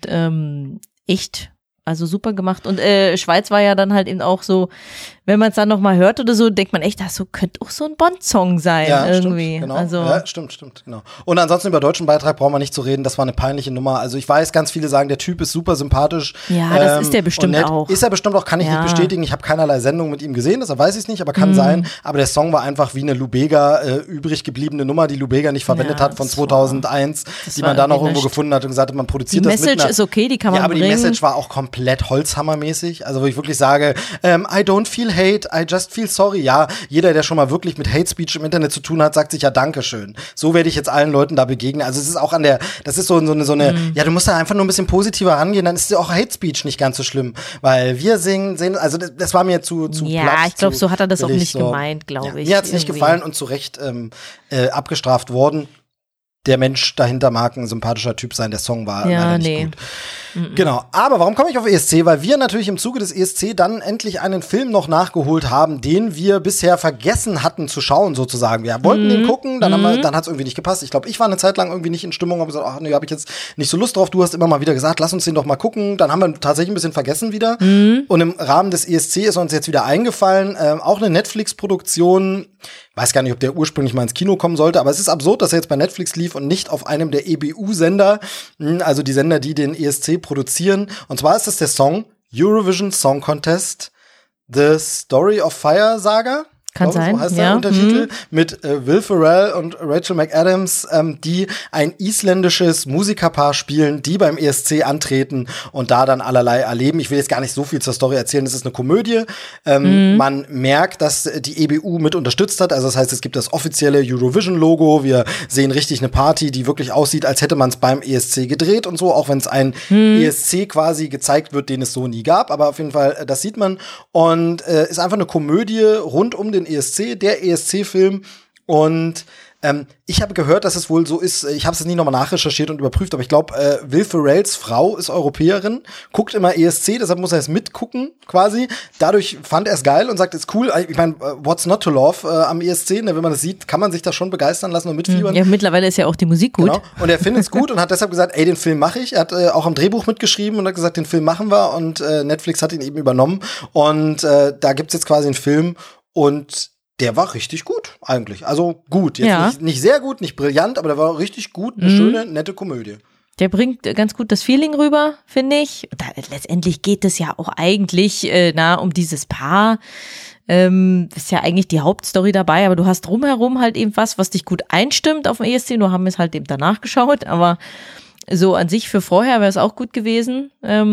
echt, also super gemacht. Und Schweiz war ja dann halt eben auch so, wenn man es dann nochmal hört oder so, denkt man echt, das könnte auch so ein Bond-Song sein irgendwie. Stimmt, genau. Also, ja, stimmt, genau. Und ansonsten über deutschen Beitrag brauchen wir nicht zu reden, das war eine peinliche Nummer. Also ich weiß, ganz viele sagen, der Typ ist super sympathisch. Ja, das ist der bestimmt auch. Ist er bestimmt auch, kann ich nicht bestätigen. Ich habe keinerlei Sendung mit ihm gesehen, deshalb weiß ich es nicht, aber kann sein. Aber der Song war einfach wie eine Lubega übrig gebliebene Nummer, die Lubega nicht verwendet hat von 2001, die man da noch irgendwo gefunden hat und gesagt hat, man produziert das mit. Die Message ist okay, die kann man bringen. Ja, aber die Message war auch komplett holzhammermäßig. Also wo ich wirklich sage, I don't feel hate, I just feel sorry. Ja, jeder, der schon mal wirklich mit Hate Speech im Internet zu tun hat, sagt sich ja Dankeschön. So werde ich jetzt allen Leuten da begegnen. Also es ist auch das ist so eine, ja, du musst da einfach nur ein bisschen positiver rangehen, dann ist auch Hate Speech nicht ganz so schlimm. Weil wir sehen, also das war mir zu ja, platt. Ja, ich glaube, so hat er das auch nicht gemeint, glaube ich. Mir hat es nicht gefallen und zu Recht abgestraft worden. Der Mensch dahinter mag ein sympathischer Typ sein, der Song war leider nicht gut. Genau, aber warum komme ich auf ESC? Weil wir natürlich im Zuge des ESC dann endlich einen Film noch nachgeholt haben, den wir bisher vergessen hatten zu schauen sozusagen. Wir wollten den gucken, dann hat es irgendwie nicht gepasst. Ich glaube, ich war eine Zeit lang irgendwie nicht in Stimmung, habe gesagt, ach nee, habe ich jetzt nicht so Lust drauf. Du hast immer mal wieder gesagt, lass uns den doch mal gucken. Dann haben wir tatsächlich ein bisschen vergessen wieder. Und im Rahmen des ESC ist uns jetzt wieder eingefallen, auch eine Netflix-Produktion. Weiß gar nicht, ob der ursprünglich mal ins Kino kommen sollte, aber es ist absurd, dass er jetzt bei Netflix lief und nicht auf einem der EBU-Sender, also die Sender, die den ESC produzieren. Und zwar ist das der Song Eurovision Song Contest, The Story of Fire Saga. Kann sein, so heißt der Untertitel, mit Will Ferrell und Rachel McAdams, die ein isländisches Musikerpaar spielen, die beim ESC antreten und da dann allerlei erleben. Ich will jetzt gar nicht so viel zur Story erzählen, es ist eine Komödie. Man merkt, dass die EBU mit unterstützt hat, also das heißt, es gibt das offizielle Eurovision-Logo, wir sehen richtig eine Party, die wirklich aussieht, als hätte man es beim ESC gedreht und so, auch wenn es ein ESC quasi gezeigt wird, den es so nie gab, aber auf jeden Fall, das sieht man und ist einfach eine Komödie rund um den ESC, der ESC-Film und Ich habe gehört, dass es wohl so ist, ich habe es nie nochmal nachrecherchiert und überprüft, aber ich glaube, Will Ferrells Frau ist Europäerin, guckt immer ESC, deshalb muss er es mitgucken quasi. Dadurch fand er es geil und sagt, ist cool. Ich meine, what's not to love am ESC, ne? Wenn man das sieht, kann man sich da schon begeistern lassen und mitfiebern. Ja, mittlerweile ist ja auch die Musik gut. Genau. Und er findet es gut und hat deshalb gesagt, ey, den Film mache ich. Er hat auch am Drehbuch mitgeschrieben und hat gesagt, den Film machen wir und Netflix hat ihn eben übernommen und da gibt's jetzt quasi einen Film und der war richtig gut eigentlich. Also gut, jetzt nicht sehr gut, nicht brillant, aber der war richtig gut, eine schöne, nette Komödie. Der bringt ganz gut das Feeling rüber, finde ich. Letztendlich geht es ja auch eigentlich um dieses Paar. Ist ja eigentlich die Hauptstory dabei, aber du hast drumherum halt eben was dich gut einstimmt auf dem ESC. Nur haben wir es halt eben danach geschaut, aber so an sich für vorher wäre es auch gut gewesen.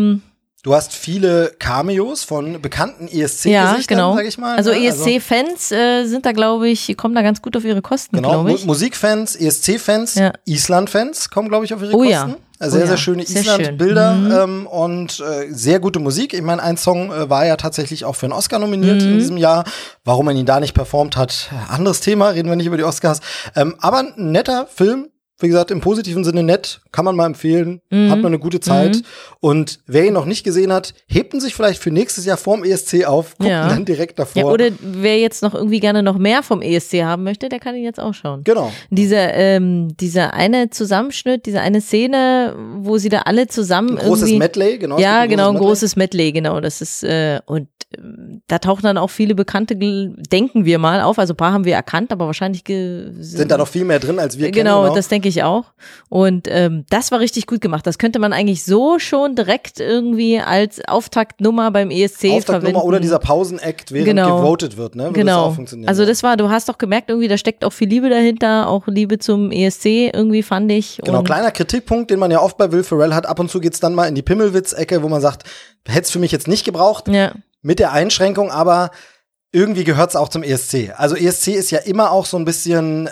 Du hast viele Cameos von bekannten ESC-Gesichtern, sag ich mal. Also ESC-Fans sind da, glaube ich, kommen da ganz gut auf ihre Kosten, glaube ich. Musikfans, ESC-Fans, Island-Fans kommen, glaube ich, auf ihre Kosten. Ja. Sehr, sehr schöne Island-Bilder und sehr gute Musik. Ich meine, ein Song war ja tatsächlich auch für einen Oscar nominiert in diesem Jahr. Warum man ihn da nicht performt hat, anderes Thema, reden wir nicht über die Oscars. Aber ein netter Film. Wie gesagt, im positiven Sinne nett, kann man mal empfehlen, hat man eine gute Zeit. Und wer ihn noch nicht gesehen hat, hebt ihn sich vielleicht für nächstes Jahr vorm ESC auf, guckt ihn dann direkt davor. Ja, oder wer jetzt noch irgendwie gerne noch mehr vom ESC haben möchte, der kann ihn jetzt auch schauen. Genau. Dieser eine Zusammenschnitt, diese eine Szene, wo sie da alle zusammen ein großes Medley, genau. Ja, genau, ein großes Medley, genau. Das ist, und da tauchen dann auch viele Bekannte, denken wir mal, auf. Also ein paar haben wir erkannt, aber wahrscheinlich sind da noch viel mehr drin, als wir kennen. Genau, das denke ich auch. Und das war richtig gut gemacht. Das könnte man eigentlich so schon direkt irgendwie als Auftaktnummer beim ESC verwenden. Oder dieser Pausenakt, während gewotet wird, ne? Würde das auch funktionieren. Also du hast doch gemerkt, irgendwie, da steckt auch viel Liebe dahinter, auch Liebe zum ESC irgendwie, fand ich. Genau, und kleiner Kritikpunkt, den man ja oft bei Will Ferrell hat. Ab und zu geht's dann mal in die Pimmelwitz-Ecke, wo man sagt, hätt's für mich jetzt nicht gebraucht. Ja. Mit der Einschränkung, aber irgendwie gehört's auch zum ESC. Also ESC ist ja immer auch so ein bisschen,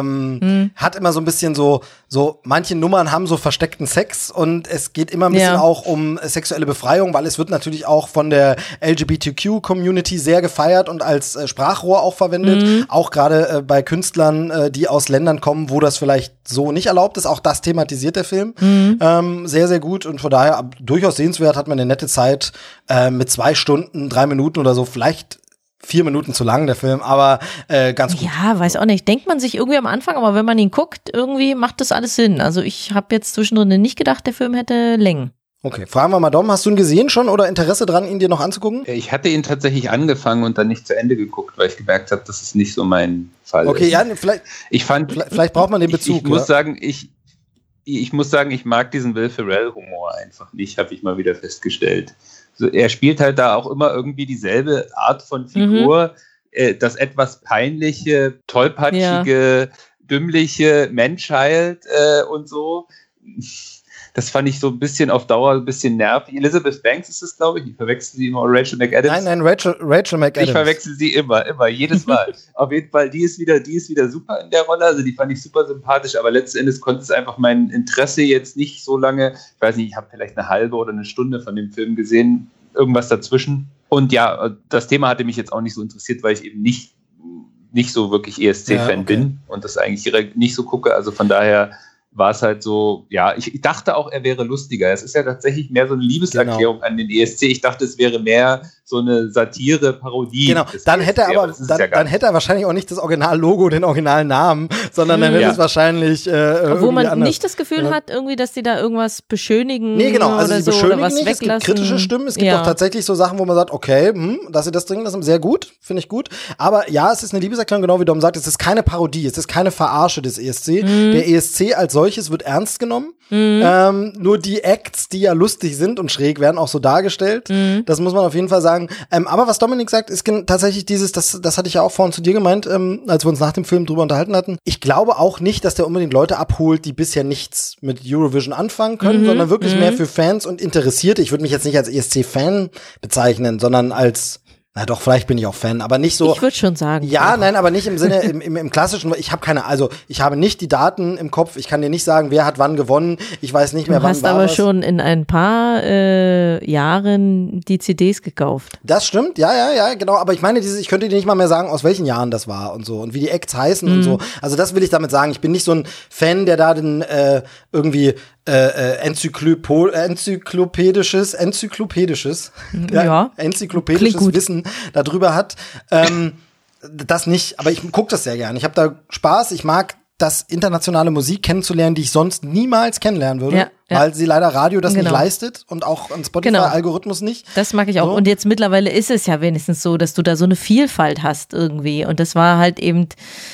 hat immer so ein bisschen so manche Nummern haben so versteckten Sex und es geht immer ein bisschen auch um sexuelle Befreiung, weil es wird natürlich auch von der LGBTQ-Community sehr gefeiert und als Sprachrohr auch verwendet. Auch gerade bei Künstlern, die aus Ländern kommen, wo das vielleicht so nicht erlaubt ist. Auch das thematisiert der Film sehr, sehr gut und von daher durchaus sehenswert, hat man eine nette Zeit mit 2 Stunden, 3 Minuten oder so, vielleicht 4 Minuten zu lang, der Film, aber ganz gut. Ja, weiß auch nicht. Denkt man sich irgendwie am Anfang, aber wenn man ihn guckt, irgendwie macht das alles Sinn. Also ich habe jetzt zwischendrin nicht gedacht, der Film hätte Längen. Okay, fragen wir mal Dom, hast du ihn gesehen schon oder Interesse dran, ihn dir noch anzugucken? Ich hatte ihn tatsächlich angefangen und dann nicht zu Ende geguckt, weil ich gemerkt habe, dass es nicht so mein Fall ist. Okay, ja, vielleicht braucht man den Bezug. Ich muss sagen, ich mag diesen Will Ferrell-Humor einfach nicht, habe ich mal wieder festgestellt. So, er spielt halt da auch immer irgendwie dieselbe Art von Figur, das etwas peinliche, tollpatschige, dümmliche Menschheit und so. Das fand ich so ein bisschen auf Dauer ein bisschen nervig. Elizabeth Banks ist es, glaube ich. Ich verwechsel sie immer. Rachel McAdams. Nein, Rachel McAdams. Ich verwechsel sie immer, jedes Mal. Auf jeden Fall, die ist wieder super in der Rolle. Also die fand ich super sympathisch, aber letzten Endes konnte es einfach mein Interesse jetzt nicht so lange, ich weiß nicht, ich habe vielleicht eine halbe oder eine Stunde von dem Film gesehen, irgendwas dazwischen. Und ja, das Thema hatte mich jetzt auch nicht so interessiert, weil ich eben nicht so wirklich ESC-Fan bin und das eigentlich direkt nicht so gucke. Also von daher war es halt so, ja, ich dachte auch, er wäre lustiger. Es ist ja tatsächlich mehr so eine Liebeserklärung an den ESC. Ich dachte, es wäre mehr so eine Satire, Parodie. Genau, dann hätte er wahrscheinlich auch nicht das Original-Logo, den originalen Namen, sondern dann hätte es wahrscheinlich obwohl man anders. Nicht das Gefühl hat, irgendwie, dass die da irgendwas beschönigen. Nee, genau, also oder sie beschönigen oder was nicht, weglassen. Es gibt kritische Stimmen, es gibt auch tatsächlich so Sachen, wo man sagt, okay, dass sie das dringen lassen, sehr gut, finde ich gut. Aber ja, es ist eine Liebeserklärung, genau wie Dom sagt, es ist keine Parodie, es ist keine Verarsche des ESC. Der ESC als solches wird ernst genommen. Nur die Acts, die ja lustig sind und schräg, werden auch so dargestellt. Das muss man auf jeden Fall sagen. Aber was Dominik sagt, ist tatsächlich dieses, das hatte ich ja auch vorhin zu dir gemeint, als wir uns nach dem Film drüber unterhalten hatten. Ich glaube auch nicht, dass der unbedingt Leute abholt, die bisher nichts mit Eurovision anfangen können, sondern wirklich mehr für Fans und Interessierte. Ich würde mich jetzt nicht als ESC-Fan bezeichnen, sondern als Na doch, vielleicht bin ich auch Fan, aber nicht so. Ich würde schon sagen. Ja, nein, aber nicht im Sinne, im klassischen, ich habe nicht die Daten im Kopf, ich kann dir nicht sagen, wer hat wann gewonnen, ich weiß nicht mehr, wann war was. Du hast aber schon in ein paar Jahren die CDs gekauft. Das stimmt, ja, genau, aber ich meine, ich könnte dir nicht mal mehr sagen, aus welchen Jahren das war und so und wie die Acts heißen und so. Also das will ich damit sagen, ich bin nicht so ein Fan, der da den irgendwie enzyklopädisches Wissen darüber hat. Das nicht, aber ich gucke das sehr gern. Ich habe da Spaß, ich mag das internationale Musik kennenzulernen, die ich sonst niemals kennenlernen würde, weil sie leider Radio das nicht leistet und auch ein Spotify-Algorithmus nicht. Das mag ich auch. So. Und jetzt mittlerweile ist es ja wenigstens so, dass du da so eine Vielfalt hast irgendwie. Und das war halt eben,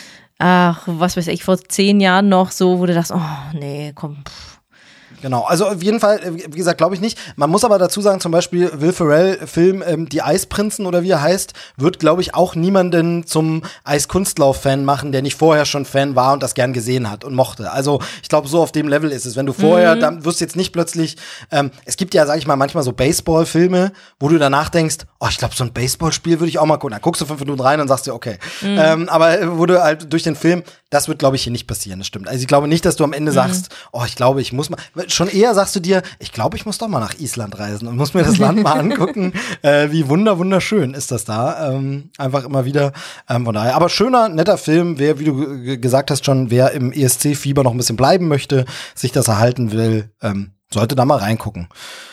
was weiß ich, vor 10 Jahren noch so, wo du dachtest, oh nee, komm, Genau, also auf jeden Fall, wie gesagt, glaube ich nicht. Man muss aber dazu sagen, zum Beispiel Will Ferrell-Film Die Eisprinzen oder wie er heißt, wird, glaube ich, auch niemanden zum Eiskunstlauf-Fan machen, der nicht vorher schon Fan war und das gern gesehen hat und mochte. Also ich glaube, so auf dem Level ist es. Wenn du vorher, dann wirst du jetzt nicht plötzlich, es gibt ja, sag ich mal, manchmal so Baseball-Filme, wo du danach denkst, oh, ich glaube, so ein Baseballspiel würde ich auch mal gucken. Dann guckst du 5 Minuten rein und sagst dir, okay. Aber wo du halt durch den Film, das wird, glaube ich, hier nicht passieren, das stimmt. Also ich glaube nicht, dass du am Ende sagst, oh, ich glaube, ich muss mal, schon eher sagst du dir, ich glaube, ich muss doch mal nach Island reisen und muss mir das Land mal angucken. Wie wunderschön ist das da. Einfach immer wieder. Von daher. Aber schöner, netter Film. Wer, wie du gesagt hast schon, wer im ESC-Fieber noch ein bisschen bleiben möchte, sich das erhalten will, sollte da mal reingucken.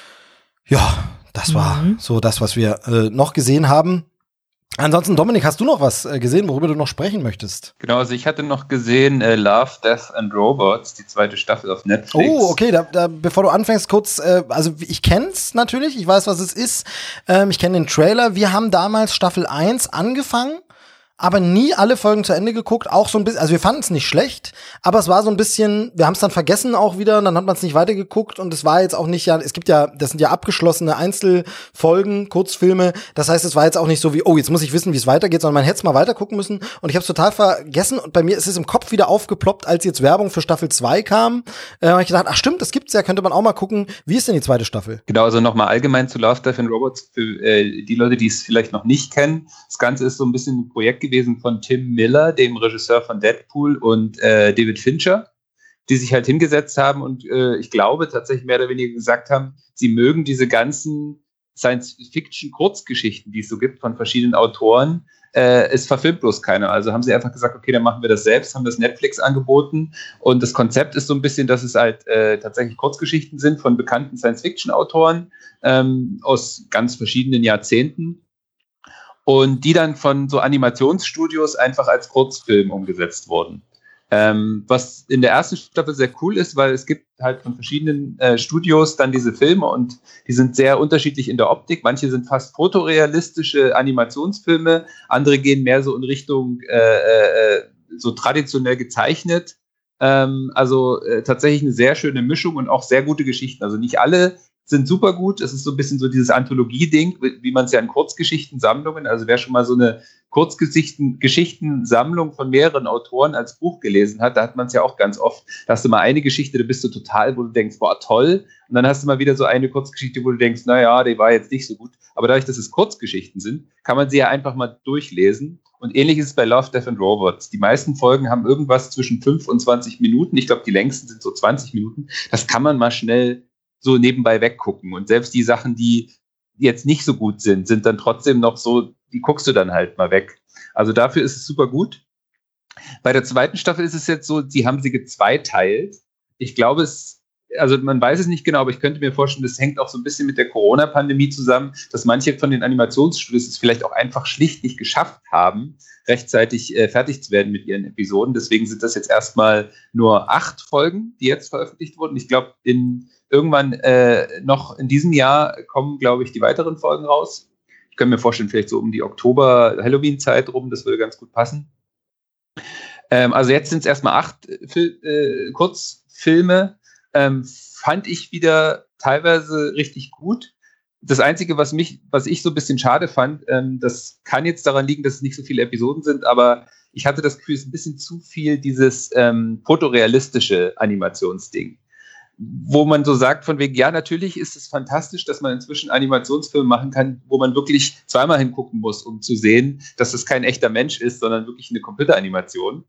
Ja, das war so das, was wir noch gesehen haben. Ansonsten, Dominik, hast du noch was gesehen, worüber du noch sprechen möchtest? Genau, also ich hatte noch gesehen Love, Death and Robots, die 2. Staffel auf Netflix. Oh, okay, bevor du anfängst, kurz, also ich kenn's natürlich, ich weiß, was es ist, ich kenne den Trailer, wir haben damals Staffel 1 angefangen, aber nie alle Folgen zu Ende geguckt, auch so ein bisschen, also wir fanden es nicht schlecht, aber es war so ein bisschen, wir haben es dann vergessen auch wieder, dann hat man es nicht weitergeguckt und es war jetzt auch nicht, es gibt ja, das sind ja abgeschlossene Einzelfolgen, Kurzfilme, das heißt, es war jetzt auch nicht so wie, oh, jetzt muss ich wissen, wie es weitergeht, sondern man hätte es mal weitergucken müssen und ich habe es total vergessen und bei mir ist es im Kopf wieder aufgeploppt, als jetzt Werbung für Staffel 2 kam, habe ich gedacht, ach stimmt, das gibt's ja, könnte man auch mal gucken, wie ist denn die 2. Staffel? Genau, also nochmal allgemein zu Love, Death and Robots, für die Leute, die es vielleicht noch nicht kennen, das Ganze ist so ein bisschen ein Projekt gewesen von Tim Miller, dem Regisseur von Deadpool, und David Fincher, die sich halt hingesetzt haben und ich glaube tatsächlich mehr oder weniger gesagt haben, sie mögen diese ganzen Science-Fiction-Kurzgeschichten, die es so gibt von verschiedenen Autoren. Es verfilmt bloß keiner. Also haben sie einfach gesagt, okay, dann machen wir das selbst, haben das Netflix angeboten und das Konzept ist so ein bisschen, dass es halt tatsächlich Kurzgeschichten sind von bekannten Science-Fiction-Autoren aus ganz verschiedenen Jahrzehnten. Und die dann von so Animationsstudios einfach als Kurzfilm umgesetzt wurden. Was in der ersten Staffel sehr cool ist, weil es gibt halt von verschiedenen Studios dann diese Filme und die sind sehr unterschiedlich in der Optik. Manche sind fast fotorealistische Animationsfilme, andere gehen mehr so in Richtung so traditionell gezeichnet. Tatsächlich eine sehr schöne Mischung und auch sehr gute Geschichten. Also nicht alle sind super gut. Es ist so ein bisschen so dieses Anthologie-Ding, wie man es ja in Kurzgeschichtensammlungen, also wer schon mal so eine Kurzgeschichtensammlung von mehreren Autoren als Buch gelesen hat, da hat man es ja auch ganz oft. Da hast du mal eine Geschichte, da bist du total, wo du denkst, boah, toll. Und dann hast du mal wieder so eine Kurzgeschichte, wo du denkst, naja, die war jetzt nicht so gut. Aber dadurch, dass es Kurzgeschichten sind, kann man sie ja einfach mal durchlesen. Und ähnlich ist es bei Love, Death and Robots. Die meisten Folgen haben irgendwas zwischen 5 und 20 Minuten. Ich glaube, die längsten sind so 20 Minuten. Das kann man mal schnell so nebenbei weggucken. Und selbst die Sachen, die jetzt nicht so gut sind, sind dann trotzdem noch so, die guckst du dann halt mal weg. Also dafür ist es super gut. Bei der 2. Staffel ist es jetzt so, die haben sie gezweiteilt. Ich glaube, also man weiß es nicht genau, aber ich könnte mir vorstellen, das hängt auch so ein bisschen mit der Corona-Pandemie zusammen, dass manche von den Animationsstudios es vielleicht auch einfach schlicht nicht geschafft haben, rechtzeitig fertig zu werden mit ihren Episoden. Deswegen sind das jetzt erstmal nur 8 Folgen, die jetzt veröffentlicht wurden. Ich glaube, irgendwann noch in diesem Jahr kommen, glaube ich, die weiteren Folgen raus. Ich kann mir vorstellen, vielleicht so um die Oktober-Halloween-Zeit rum, das würde ganz gut passen. Also jetzt sind es erstmal 8 Kurzfilme. Fand ich wieder teilweise richtig gut. Das Einzige, was ich so ein bisschen schade fand, das kann jetzt daran liegen, dass es nicht so viele Episoden sind, aber ich hatte das Gefühl, es ist ein bisschen zu viel dieses fotorealistische Animationsding. wo man so sagt von wegen, ja, natürlich ist es fantastisch, dass man inzwischen Animationsfilme machen kann, wo man wirklich zweimal hingucken muss, um zu sehen, dass es kein echter Mensch ist, sondern wirklich eine Computeranimation.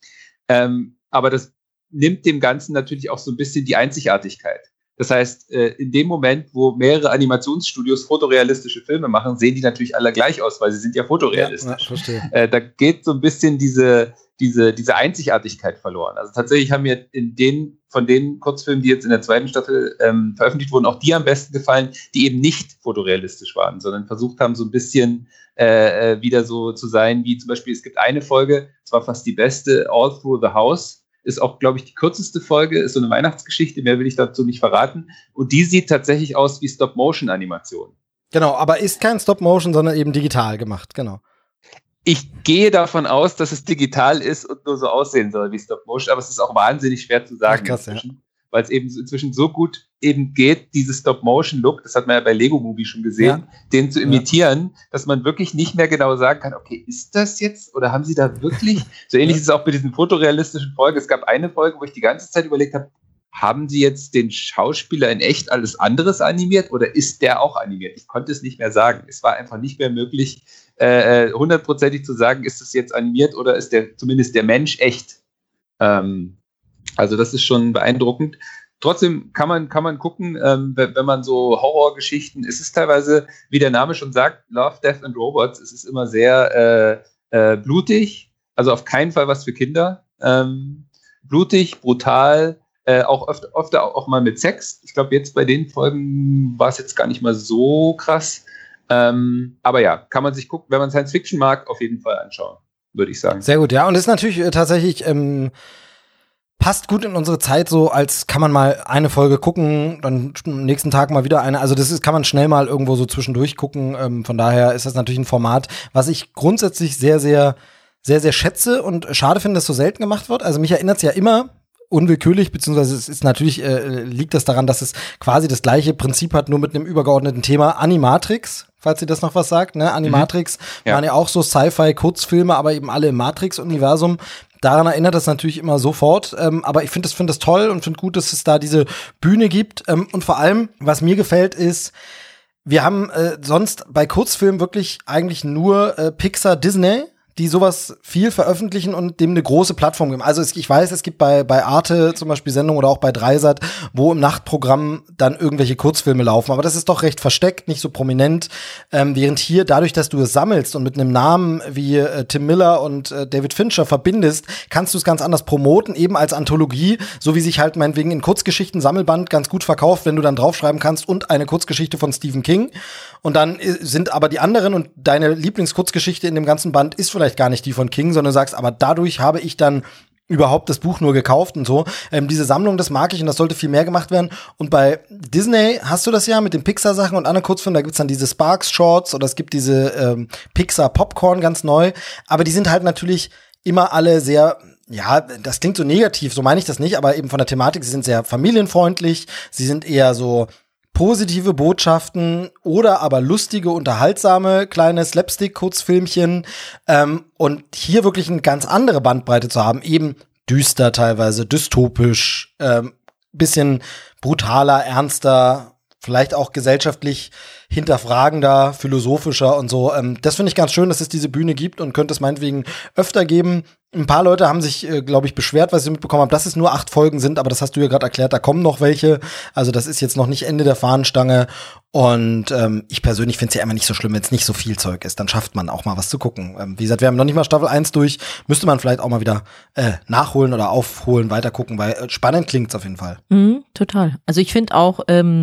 Aber das nimmt dem Ganzen natürlich auch so ein bisschen die Einzigartigkeit. Das heißt, in dem Moment, wo mehrere Animationsstudios fotorealistische Filme machen, sehen die natürlich alle gleich aus, weil sie sind ja fotorealistisch. Ja, verstehe. Da geht so ein bisschen diese Einzigartigkeit verloren. Also tatsächlich haben mir von den Kurzfilmen, die jetzt in der zweiten Staffel veröffentlicht wurden, auch die am besten gefallen, die eben nicht fotorealistisch waren, sondern versucht haben, so ein bisschen wieder so zu sein, wie zum Beispiel, es gibt eine Folge, das war fast die beste, All Through the House, ist auch, glaube ich, die kürzeste Folge, ist so eine Weihnachtsgeschichte, mehr will ich dazu nicht verraten. Und die sieht tatsächlich aus wie Stop-Motion-Animation. Genau, aber ist kein Stop-Motion, sondern eben digital gemacht, genau. Ich gehe davon aus, dass es digital ist und nur so aussehen soll wie Stop-Motion, aber es ist auch wahnsinnig schwer zu sagen. Ach, krass, inzwischen, weil es eben inzwischen so gut eben geht, dieses Stop-Motion-Look, das hat man ja bei Lego Movie schon gesehen, den zu imitieren, dass man wirklich nicht mehr genau sagen kann, okay, ist das jetzt oder haben sie da wirklich, so ähnlich ist es auch bei diesen fotorealistischen Folgen. Es gab eine Folge, wo ich die ganze Zeit überlegt habe, haben sie jetzt den Schauspieler in echt alles anderes animiert oder ist der auch animiert? Ich konnte es nicht mehr sagen. Es war einfach nicht mehr möglich, 100%ig zu sagen, ist es jetzt animiert oder ist zumindest der Mensch echt? Also das ist schon beeindruckend. Trotzdem kann man gucken, wenn man so Horrorgeschichten, es ist teilweise, wie der Name schon sagt, Love, Death and Robots, es ist immer sehr blutig, also auf keinen Fall was für Kinder. Blutig, brutal, auch oft auch mal mit Sex. Ich glaube, jetzt bei den Folgen war es jetzt gar nicht mal so krass. Aber ja, kann man sich gucken, wenn man Science Fiction mag, auf jeden Fall anschauen, würde ich sagen. Sehr gut, ja. Und ist natürlich tatsächlich passt gut in unsere Zeit so, als kann man mal eine Folge gucken, dann am nächsten Tag mal wieder eine. Also kann man schnell mal irgendwo so zwischendurch gucken. Von daher ist das natürlich ein Format, was ich grundsätzlich sehr, sehr, sehr, sehr schätze und schade finde, dass so selten gemacht wird. Also mich erinnert es ja immer unwillkürlich, beziehungsweise es ist natürlich, liegt das daran, dass es quasi das gleiche Prinzip hat, nur mit einem übergeordneten Thema. Animatrix, falls ihr das noch was sagt, ne? Animatrix waren ja auch so Sci-Fi-Kurzfilme, aber eben alle im Matrix-Universum. Daran erinnert das natürlich immer sofort, aber ich finde das toll und finde gut, dass es da diese Bühne gibt. Und vor allem, was mir gefällt, ist, wir haben sonst bei Kurzfilmen wirklich eigentlich nur Pixar, Disney, die sowas viel veröffentlichen und dem eine große Plattform geben. Also ich weiß, es gibt bei Arte zum Beispiel Sendungen oder auch bei Dreisat, wo im Nachtprogramm dann irgendwelche Kurzfilme laufen. Aber das ist doch recht versteckt, nicht so prominent. Während hier, dadurch, dass du es sammelst und mit einem Namen wie Tim Miller und David Fincher verbindest, kannst du es ganz anders promoten, eben als Anthologie, so wie sich halt meinetwegen in Kurzgeschichten Sammelband ganz gut verkauft, wenn du dann draufschreiben kannst und eine Kurzgeschichte von Stephen King. Und dann sind aber die anderen und deine Lieblingskurzgeschichte in dem ganzen Band ist vielleicht gar nicht die von King, sondern du sagst, aber dadurch habe ich dann überhaupt das Buch nur gekauft und so. Diese Sammlung, das mag ich und das sollte viel mehr gemacht werden. Und bei Disney hast du das ja mit den Pixar-Sachen und anderen Kurzfilmen, da gibt's dann diese Sparks-Shorts oder es gibt diese Pixar-Popcorn ganz neu. Aber die sind halt natürlich immer alle sehr, ja, das klingt so negativ, so meine ich das nicht, aber eben von der Thematik, sie sind sehr familienfreundlich, sie sind eher so positive Botschaften oder aber lustige, unterhaltsame kleine Slapstick-Kurzfilmchen und hier wirklich eine ganz andere Bandbreite zu haben, eben düster teilweise, dystopisch, bisschen brutaler, ernster, vielleicht auch gesellschaftlich hinterfragender, philosophischer und so. Das finde ich ganz schön, dass es diese Bühne gibt und könnte es meinetwegen öfter geben. Ein paar Leute haben sich, glaube ich, beschwert, was ich mitbekommen habe, dass es nur 8 Folgen sind, aber das hast du ja gerade erklärt, da kommen noch welche. Also das ist jetzt noch nicht Ende der Fahnenstange. Und ich persönlich finde es ja immer nicht so schlimm, wenn es nicht so viel Zeug ist. Dann schafft man auch mal was zu gucken. Wie gesagt, wir haben noch nicht mal Staffel 1 durch. Müsste man vielleicht auch mal wieder nachholen oder aufholen, weitergucken, weil spannend klingt's auf jeden Fall. Total. Also ich finde auch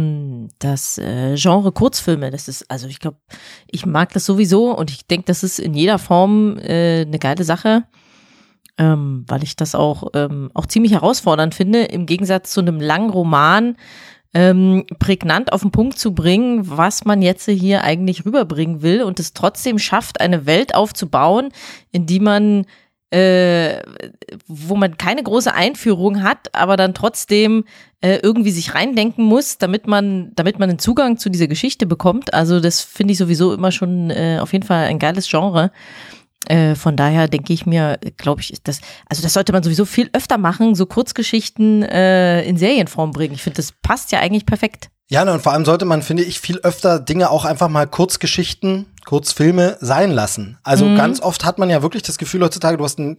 das Genre Kurzfilme, das ist, also ich glaube, ich mag das sowieso und ich denke, das ist in jeder Form eine geile Sache. Weil ich das auch ziemlich herausfordernd finde, im Gegensatz zu einem langen Roman prägnant auf den Punkt zu bringen, was man jetzt hier eigentlich rüberbringen will und es trotzdem schafft, eine Welt aufzubauen, in die man wo man keine große Einführung hat, aber dann trotzdem irgendwie sich reindenken muss, damit man einen Zugang zu dieser Geschichte bekommt. Also das finde ich sowieso immer schon auf jeden Fall ein geiles Genre. Von daher denke ich mir, glaube ich, das sollte man sowieso viel öfter machen, so Kurzgeschichten in Serienform bringen. Ich finde, das passt ja eigentlich perfekt. Ja, und vor allem sollte man, finde ich, viel öfter Dinge auch einfach mal Kurzgeschichten, Kurzfilme sein lassen. Also ganz oft hat man ja wirklich das Gefühl heutzutage, du hast eine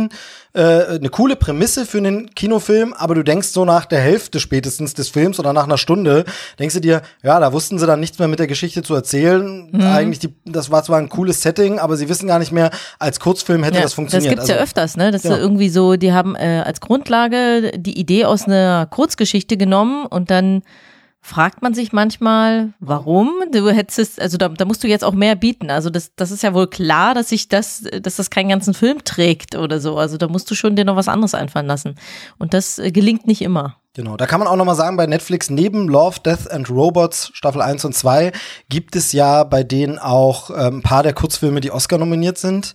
coole Prämisse für einen Kinofilm, aber du denkst so nach der Hälfte spätestens des Films oder nach einer Stunde, denkst du dir, ja, da wussten sie dann nichts mehr mit der Geschichte zu erzählen. Eigentlich, das war zwar ein cooles Setting, aber sie wissen gar nicht mehr, als Kurzfilm hätte das funktioniert. Das gibt's ja öfters, ne? Das ist irgendwie so, die haben als Grundlage die Idee aus einer Kurzgeschichte genommen und dann fragt man sich manchmal, warum? Du hättest, also da musst du jetzt auch mehr bieten. Also das ist ja wohl klar, dass das keinen ganzen Film trägt oder so. Also da musst du schon dir noch was anderes einfallen lassen. Und das gelingt nicht immer. Genau, da kann man auch nochmal sagen, bei Netflix neben Love, Death and Robots Staffel 1 und 2 gibt es ja bei denen auch ein paar der Kurzfilme, die Oscar nominiert sind.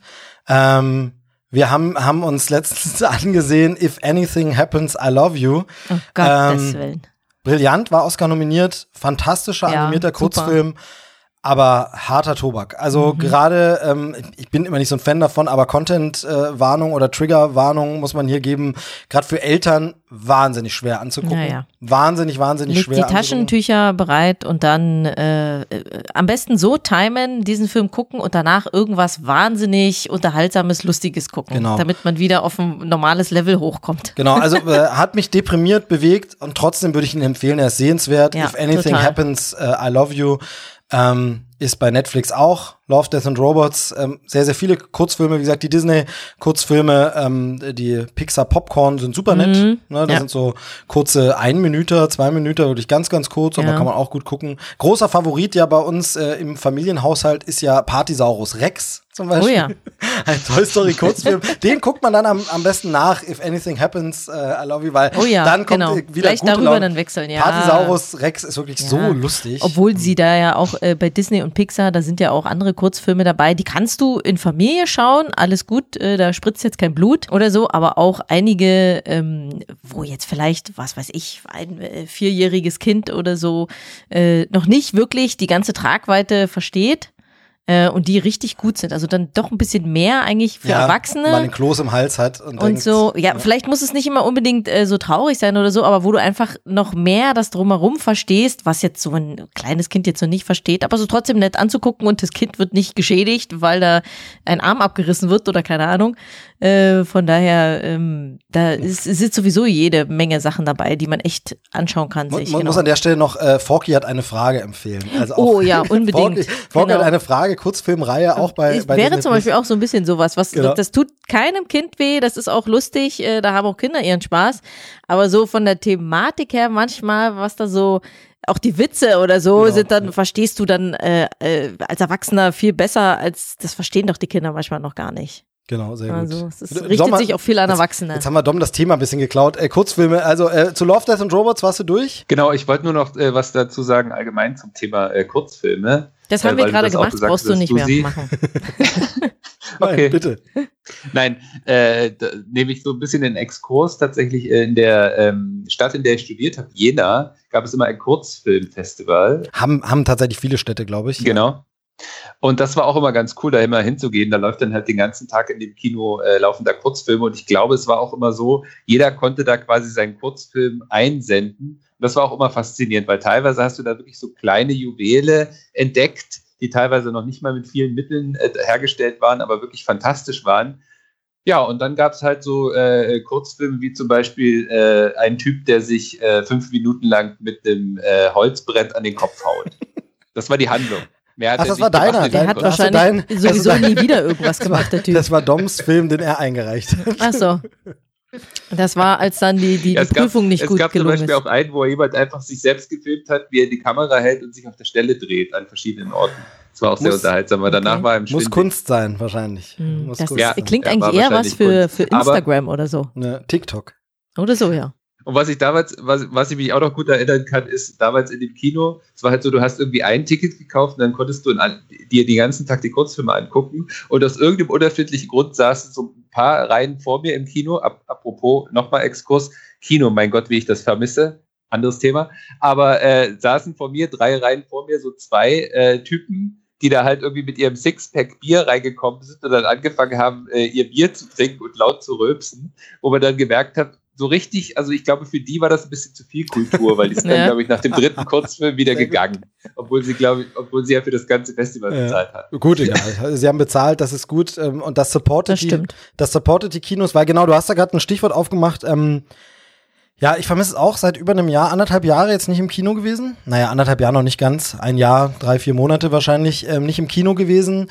Wir haben uns letztens angesehen, If Anything Happens, I Love You. Oh Gottes Willen. Brillant, war Oscar nominiert, fantastischer animierter Kurzfilm, aber harter Tobak. Also gerade, ich bin immer nicht so ein Fan davon, aber Content-Warnung oder Trigger-Warnung muss man hier geben. Gerade für Eltern wahnsinnig schwer anzugucken. Ja. Wahnsinnig schwer anzugucken. Die Taschentücher bereit und dann am besten so timen, diesen Film gucken und danach irgendwas wahnsinnig Unterhaltsames, Lustiges gucken. Genau. Damit man wieder auf ein normales Level hochkommt. Genau, also hat mich deprimiert, bewegt und trotzdem würde ich ihn empfehlen, er ist sehenswert. Ja, If Anything total. Happens, I Love You. Ist bei Netflix auch. Love, Death and Robots. Sehr, sehr viele Kurzfilme. Wie gesagt, die Disney-Kurzfilme, die Pixar-Popcorn sind super nett. Ne, das sind so kurze 1 Minute, 2 Minuten, wirklich ganz, ganz kurz. Aber kann man auch gut gucken. Großer Favorit ja bei uns im Familienhaushalt ist ja Partisaurus Rex zum Beispiel. Oh ja. Ein Toy Story Kurzfilm. Den guckt man dann am besten nach, If Anything Happens, I Love You, weil dann kommt wieder gleich gute darüber Laune. dann wechseln, ja. Partisaurus Rex ist wirklich so lustig. Obwohl sie da ja auch bei Disney und Pixar, da sind ja auch andere Kurzfilme dabei, die kannst du in Familie schauen, alles gut, da spritzt jetzt kein Blut oder so, aber auch einige, wo jetzt vielleicht, was weiß ich, ein 4-jähriges Kind oder so noch nicht wirklich die ganze Tragweite versteht. Und die richtig gut sind. Also dann doch ein bisschen mehr eigentlich für Erwachsene. Man den Kloß im Hals hat und denkt, so, vielleicht muss es nicht immer unbedingt so traurig sein oder so, aber wo du einfach noch mehr das Drumherum verstehst, was jetzt so ein kleines Kind jetzt noch nicht versteht, aber so trotzdem nett anzugucken und das Kind wird nicht geschädigt, weil da ein Arm abgerissen wird oder keine Ahnung. Von daher, da sind sowieso jede Menge Sachen dabei, die man echt anschauen kann. Muss an der Stelle noch, Forky hat eine Frage empfehlen. Also auch, unbedingt. Forky hat eine Frage, Kurzfilmreihe auch bei wäre zum Beispiel auch so ein bisschen sowas, das tut keinem Kind weh, das ist auch lustig, da haben auch Kinder ihren Spaß, aber so von der Thematik her manchmal, was da so, auch die Witze oder so sind dann, verstehst du dann als Erwachsener viel besser, als das verstehen doch die Kinder manchmal noch gar nicht. Genau, sehr gut. Also es richtet sich auch viel an Erwachsene. Jetzt haben wir Dom das Thema ein bisschen geklaut. Kurzfilme, also zu Love, Death and Robots warst du durch? Genau, ich wollte nur noch was dazu sagen, allgemein zum Thema Kurzfilme. Das haben wir gerade gemacht, brauchst du nicht mehr machen. Okay. Nein, bitte. Nein, da nehme ich so ein bisschen den Exkurs. Tatsächlich in der Stadt, in der ich studiert habe, Jena, gab es immer ein Kurzfilmfestival. Haben tatsächlich viele Städte, glaube ich. Genau. Und das war auch immer ganz cool, da immer hinzugehen. Da läuft dann halt den ganzen Tag in dem Kino, laufen da Kurzfilme. Und ich glaube, es war auch immer so, jeder konnte da quasi seinen Kurzfilm einsenden. Und das war auch immer faszinierend, weil teilweise hast du da wirklich so kleine Juwele entdeckt, die teilweise noch nicht mal mit vielen Mitteln hergestellt waren, aber wirklich fantastisch waren. Ja, und dann gab es halt so Kurzfilme wie zum Beispiel ein Typ, der sich 5 Minuten lang mit einem Holzbrett an den Kopf haut. Das war die Handlung. Das war deiner. Der hat wahrscheinlich sowieso nie wieder irgendwas gemacht, der Typ. Das war Doms Film, den er eingereicht hat. Ach so. Das war, als dann die Prüfung nicht gut gelungen ist. Es gab zum Beispiel auch einen, wo jemand einfach sich selbst gefilmt hat, wie er die Kamera hält und sich auf der Stelle dreht an verschiedenen Orten. Das war auch sehr unterhaltsam, aber danach war ihm schwindig. Muss Kunst sein, wahrscheinlich. Das klingt eigentlich eher was für Instagram oder so. Ne, TikTok. Oder so, ja. Und was ich mich auch noch gut erinnern kann, ist damals in dem Kino, es war halt so, du hast irgendwie ein Ticket gekauft und dann konntest du dir den ganzen Tag die Kurzfilme angucken und aus irgendeinem unerfindlichen Grund saßen so ein paar Reihen vor mir im Kino, apropos nochmal Exkurs, Kino, mein Gott, wie ich das vermisse, anderes Thema, aber saßen vor mir, 3 Reihen vor mir, so 2 Typen, die da halt irgendwie mit ihrem Sixpack Bier reingekommen sind und dann angefangen haben, ihr Bier zu trinken und laut zu rülpsen, wo man dann gemerkt hat, so richtig, also ich glaube, für die war das ein bisschen zu viel Kultur, weil die sind dann, glaube ich, nach dem 3. Kurzfilm wieder gegangen. Obwohl sie ja für das ganze Festival bezahlt hat. Gut, egal. Sie haben bezahlt, das ist gut. Und das supportet die Kinos, weil genau, du hast da gerade ein Stichwort aufgemacht. Ja, ich vermisse es auch seit über einem Jahr, 1,5 Jahre jetzt nicht im Kino gewesen. Naja, 1,5 Jahre noch nicht ganz. 1 Jahr, 3-4 Monate wahrscheinlich nicht im Kino gewesen.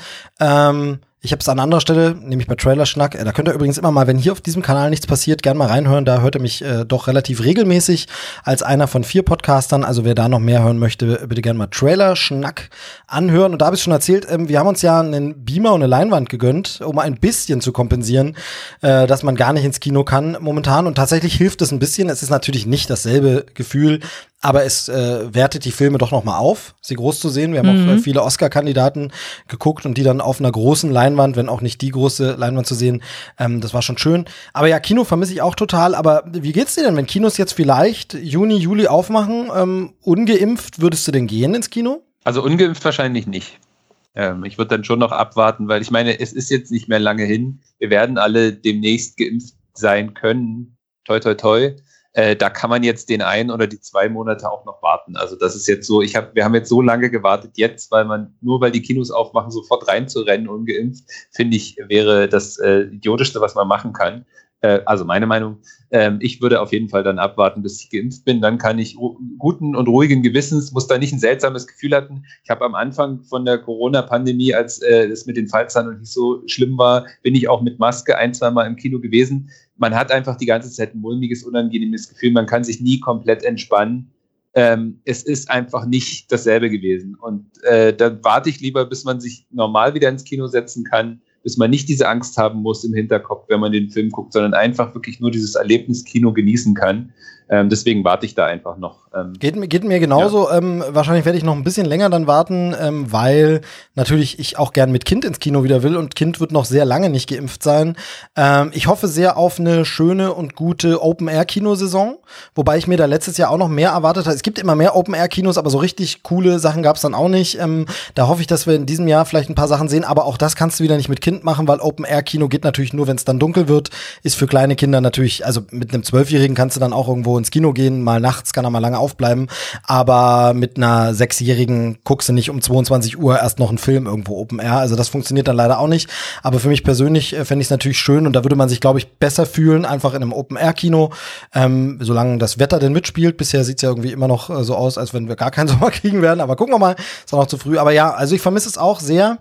Ich habe es an anderer Stelle, nämlich bei Trailerschnack. Da könnt ihr übrigens immer mal, wenn hier auf diesem Kanal nichts passiert, gerne mal reinhören. Da hört ihr mich doch relativ regelmäßig als einer von 4 Podcastern. Also wer da noch mehr hören möchte, bitte gerne mal Trailerschnack anhören. Und da habe ich schon erzählt, wir haben uns ja einen Beamer und eine Leinwand gegönnt, um ein bisschen zu kompensieren, dass man gar nicht ins Kino kann momentan. Und tatsächlich hilft es ein bisschen. Es ist natürlich nicht dasselbe Gefühl, aber es wertet die Filme doch noch mal auf, sie groß zu sehen. Wir haben auch viele Oscar-Kandidaten geguckt und die dann auf einer großen Leinwand, wenn auch nicht die große Leinwand zu sehen, das war schon schön. Aber ja, Kino vermisse ich auch total. Aber wie geht's dir denn, wenn Kinos jetzt vielleicht Juni, Juli aufmachen? Ungeimpft, würdest du denn gehen ins Kino? Also ungeimpft wahrscheinlich nicht. Ich würde dann schon noch abwarten, weil ich meine, es ist jetzt nicht mehr lange hin. Wir werden alle demnächst geimpft sein können. Toi, toi, toi. Da kann man jetzt den 1 oder die 2 Monate auch noch warten. Also das ist jetzt so, wir haben jetzt so lange gewartet, jetzt, weil die Kinos aufmachen, sofort reinzurennen, ungeimpft, finde ich, wäre das Idiotischste, was man machen kann. Also meine Meinung, ich würde auf jeden Fall dann abwarten, bis ich geimpft bin. Dann kann ich guten und ruhigen Gewissens, muss da nicht ein seltsames Gefühl hatten. Ich habe am Anfang von der Corona-Pandemie, als es mit den Fallzahlen noch nicht so schlimm war, bin ich auch mit Maske 1-2 Mal im Kino gewesen. Man hat einfach die ganze Zeit ein mulmiges, unangenehmes Gefühl. Man kann sich nie komplett entspannen. Es ist einfach nicht dasselbe gewesen. Und dann warte ich lieber, bis man sich normal wieder ins Kino setzen kann, bis man nicht diese Angst haben muss im Hinterkopf, wenn man den Film guckt, sondern einfach wirklich nur dieses Erlebniskino genießen kann. Deswegen warte ich da einfach noch. Geht mir genauso. Ja. Wahrscheinlich werde ich noch ein bisschen länger dann warten, weil natürlich ich auch gern mit Kind ins Kino wieder will und Kind wird noch sehr lange nicht geimpft sein. Ich hoffe sehr auf eine schöne und gute Open-Air-Kinosaison, wobei ich mir da letztes Jahr auch noch mehr erwartet habe. Es gibt immer mehr Open-Air-Kinos, aber so richtig coole Sachen gab es dann auch nicht. Da hoffe ich, dass wir in diesem Jahr vielleicht ein paar Sachen sehen, aber auch das kannst du wieder nicht mit Kind machen, weil Open-Air-Kino geht natürlich nur, wenn es dann dunkel wird. Ist für kleine Kinder natürlich, also mit einem 12-Jährigen kannst du dann auch irgendwo ins Kino gehen, mal nachts kann er mal lange aufbleiben, aber mit einer 6-Jährigen guckst du nicht um 22 Uhr erst noch einen Film irgendwo Open Air, also das funktioniert dann leider auch nicht, aber für mich persönlich fände ich es natürlich schön und da würde man sich, glaube ich, besser fühlen, einfach in einem Open Air Kino, solange das Wetter denn mitspielt. Bisher sieht es ja irgendwie immer noch so aus, als wenn wir gar keinen Sommer kriegen werden, aber gucken wir mal, ist auch noch zu früh, aber ja, also ich vermisse es auch sehr.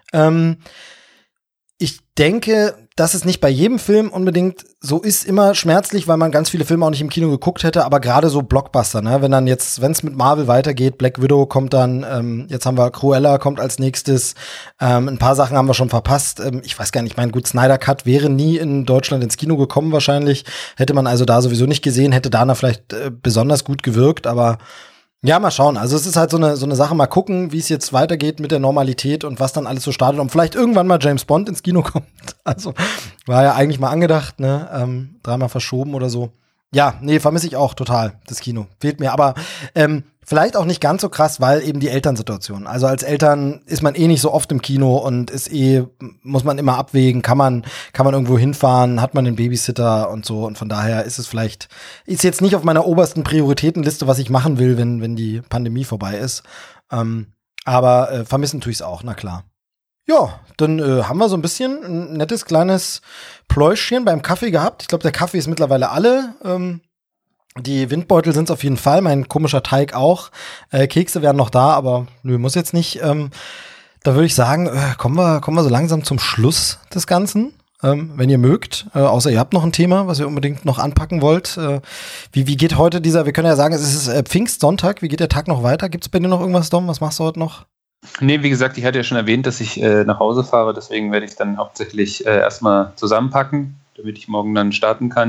Ich denke, dass es nicht bei jedem Film unbedingt so ist, immer schmerzlich, weil man ganz viele Filme auch nicht im Kino geguckt hätte, aber gerade so Blockbuster, ne? Wenn es mit Marvel weitergeht, Black Widow kommt dann, jetzt haben wir Cruella kommt als nächstes, ein paar Sachen haben wir schon verpasst, ich weiß gar nicht, mein gut, Snyder Cut wäre nie in Deutschland ins Kino gekommen wahrscheinlich, hätte man also da sowieso nicht gesehen, hätte Dana vielleicht besonders gut gewirkt, aber ja, mal schauen. Also es ist halt so eine Sache, mal gucken, wie es jetzt weitergeht mit der Normalität und was dann alles so startet und vielleicht irgendwann mal James Bond ins Kino kommt. Also war ja eigentlich mal angedacht, ne? 3-mal verschoben oder so. Ja, nee, vermisse ich auch total, das Kino. Fehlt mir, aber vielleicht auch nicht ganz so krass, weil eben die Elternsituation. Also als Eltern ist man nicht so oft im Kino und muss man immer abwägen, kann man irgendwo hinfahren, hat man einen Babysitter und so und von daher ist jetzt nicht auf meiner obersten Prioritätenliste, was ich machen will, wenn die Pandemie vorbei ist. Aber vermissen tue ich es auch, na klar. Ja, dann haben wir so ein bisschen ein nettes kleines Pläuschchen beim Kaffee gehabt. Ich glaube, der Kaffee ist mittlerweile alle. Die Windbeutel sind es auf jeden Fall, mein komischer Teig auch. Kekse wären noch da, aber nö, muss jetzt nicht. Da würde ich sagen, kommen wir so langsam zum Schluss des Ganzen. Wenn ihr mögt, außer ihr habt noch ein Thema, was ihr unbedingt noch anpacken wollt. Wie geht heute wir können ja sagen, es ist Pfingstsonntag, wie geht der Tag noch weiter? Gibt's bei dir noch irgendwas, Dom? Was machst du heute noch? Nee, wie gesagt, ich hatte ja schon erwähnt, dass ich nach Hause fahre, deswegen werde ich dann hauptsächlich erstmal zusammenpacken, damit ich morgen dann starten kann.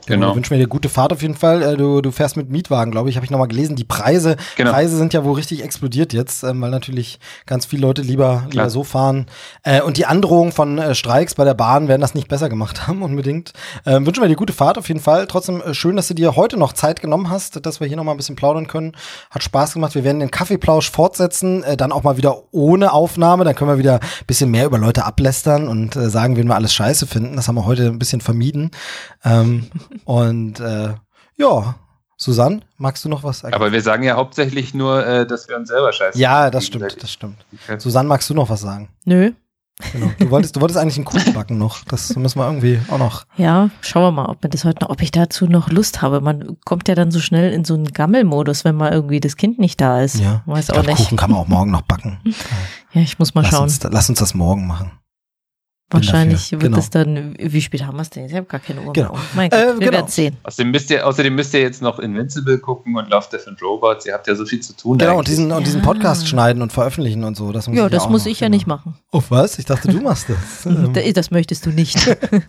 Genau. Wir wünschen dir gute Fahrt auf jeden Fall. Du fährst mit Mietwagen, glaube ich, habe ich nochmal gelesen. Die Preise sind ja wohl richtig explodiert jetzt, weil natürlich ganz viele Leute lieber so fahren. Und die Androhung von Streiks bei der Bahn werden das nicht besser gemacht haben, unbedingt. Wünschen wir dir gute Fahrt auf jeden Fall. Trotzdem schön, dass du dir heute noch Zeit genommen hast, dass wir hier nochmal ein bisschen plaudern können. Hat Spaß gemacht. Wir werden den Kaffeeplausch fortsetzen, dann auch mal wieder ohne Aufnahme. Dann können wir wieder ein bisschen mehr über Leute ablästern und sagen, wen wir alles scheiße finden. Das haben wir heute ein bisschen vermieden. Susanne, magst du noch was sagen? Aber wir sagen ja hauptsächlich nur, dass wir uns selber scheiße. Ja, das stimmt. Okay. Susanne, magst du noch was sagen? Nö. Genau. Du wolltest eigentlich einen Kuchen backen noch. Das müssen wir irgendwie auch noch. Ja, schauen wir mal, ob ich dazu noch Lust habe. Man kommt ja dann so schnell in so einen Gammelmodus, wenn mal irgendwie das Kind nicht da ist. Ja, weiß auch nicht. Kuchen kann man auch morgen noch backen. Ja, ich muss mal schauen. Lass uns das morgen machen. Wahrscheinlich wird es dann, wie spät haben wir es denn? Ich habe gar keine Uhr mehr. Mein Gott, wir werden sehen. Außerdem müsst ihr jetzt noch Invincible gucken und Love, Death and Robots. Ihr habt ja so viel zu tun. Genau, und diesen Podcast schneiden und veröffentlichen und so. Das muss ich ja nicht machen. Oh, was? Ich dachte, du machst das. Das möchtest du nicht.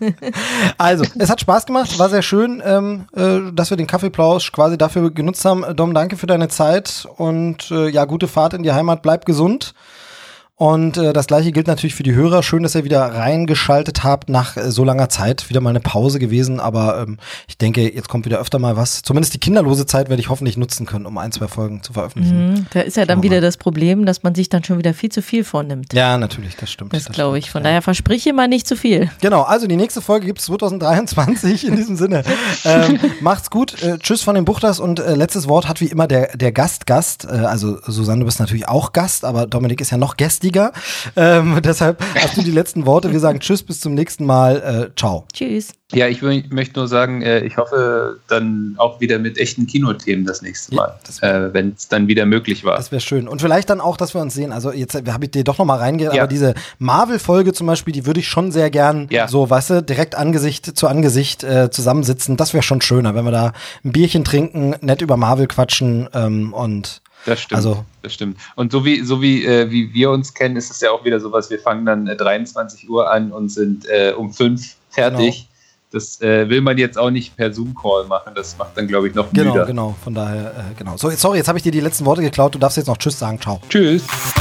Also, es hat Spaß gemacht, war sehr schön, dass wir den Kaffeeplausch quasi dafür genutzt haben. Dom, danke für deine Zeit und gute Fahrt in die Heimat, bleib gesund. Und das Gleiche gilt natürlich für die Hörer. Schön, dass ihr wieder reingeschaltet habt nach so langer Zeit. Wieder mal eine Pause gewesen, aber ich denke, jetzt kommt wieder öfter mal was. Zumindest die kinderlose Zeit werde ich hoffentlich nutzen können, um 1-2 Folgen zu veröffentlichen. Da ist ja dann wieder das Problem, dass man sich dann schon wieder viel zu viel vornimmt. Ja, natürlich, das stimmt. Das glaube ich. Von daher versprich mal nicht zu viel. Genau, also die nächste Folge gibt es 2023 in diesem Sinne. Macht's gut. Tschüss von den Buchters und letztes Wort hat wie immer der Gast. Also Susanne, du bist natürlich auch Gast, aber Dominik ist ja noch gästiger. Deshalb hast du die letzten Worte. Wir sagen Tschüss, bis zum nächsten Mal. Ciao. Tschüss. Ja, ich möchte nur sagen, ich hoffe dann auch wieder mit echten Kinothemen das nächste Mal, wenn es dann wieder möglich war. Das wäre schön. Und vielleicht dann auch, dass wir uns sehen. Also jetzt habe ich dir doch nochmal reingeht, aber diese Marvel-Folge zum Beispiel, die würde ich schon sehr gern so, weißt du, direkt Angesicht zu Angesicht zusammensitzen. Das wäre schon schöner, wenn wir da ein Bierchen trinken, nett über Marvel quatschen und das stimmt, das stimmt. Und so wie wir uns kennen, ist es ja auch wieder sowas, wir fangen dann 23 Uhr an und sind um 5 fertig. Genau. Das will man jetzt auch nicht per Zoom-Call machen, das macht dann, glaube ich, noch müder. Genau, von daher, genau. So, sorry, jetzt habe ich dir die letzten Worte geklaut, du darfst jetzt noch Tschüss sagen, ciao. Tschüss.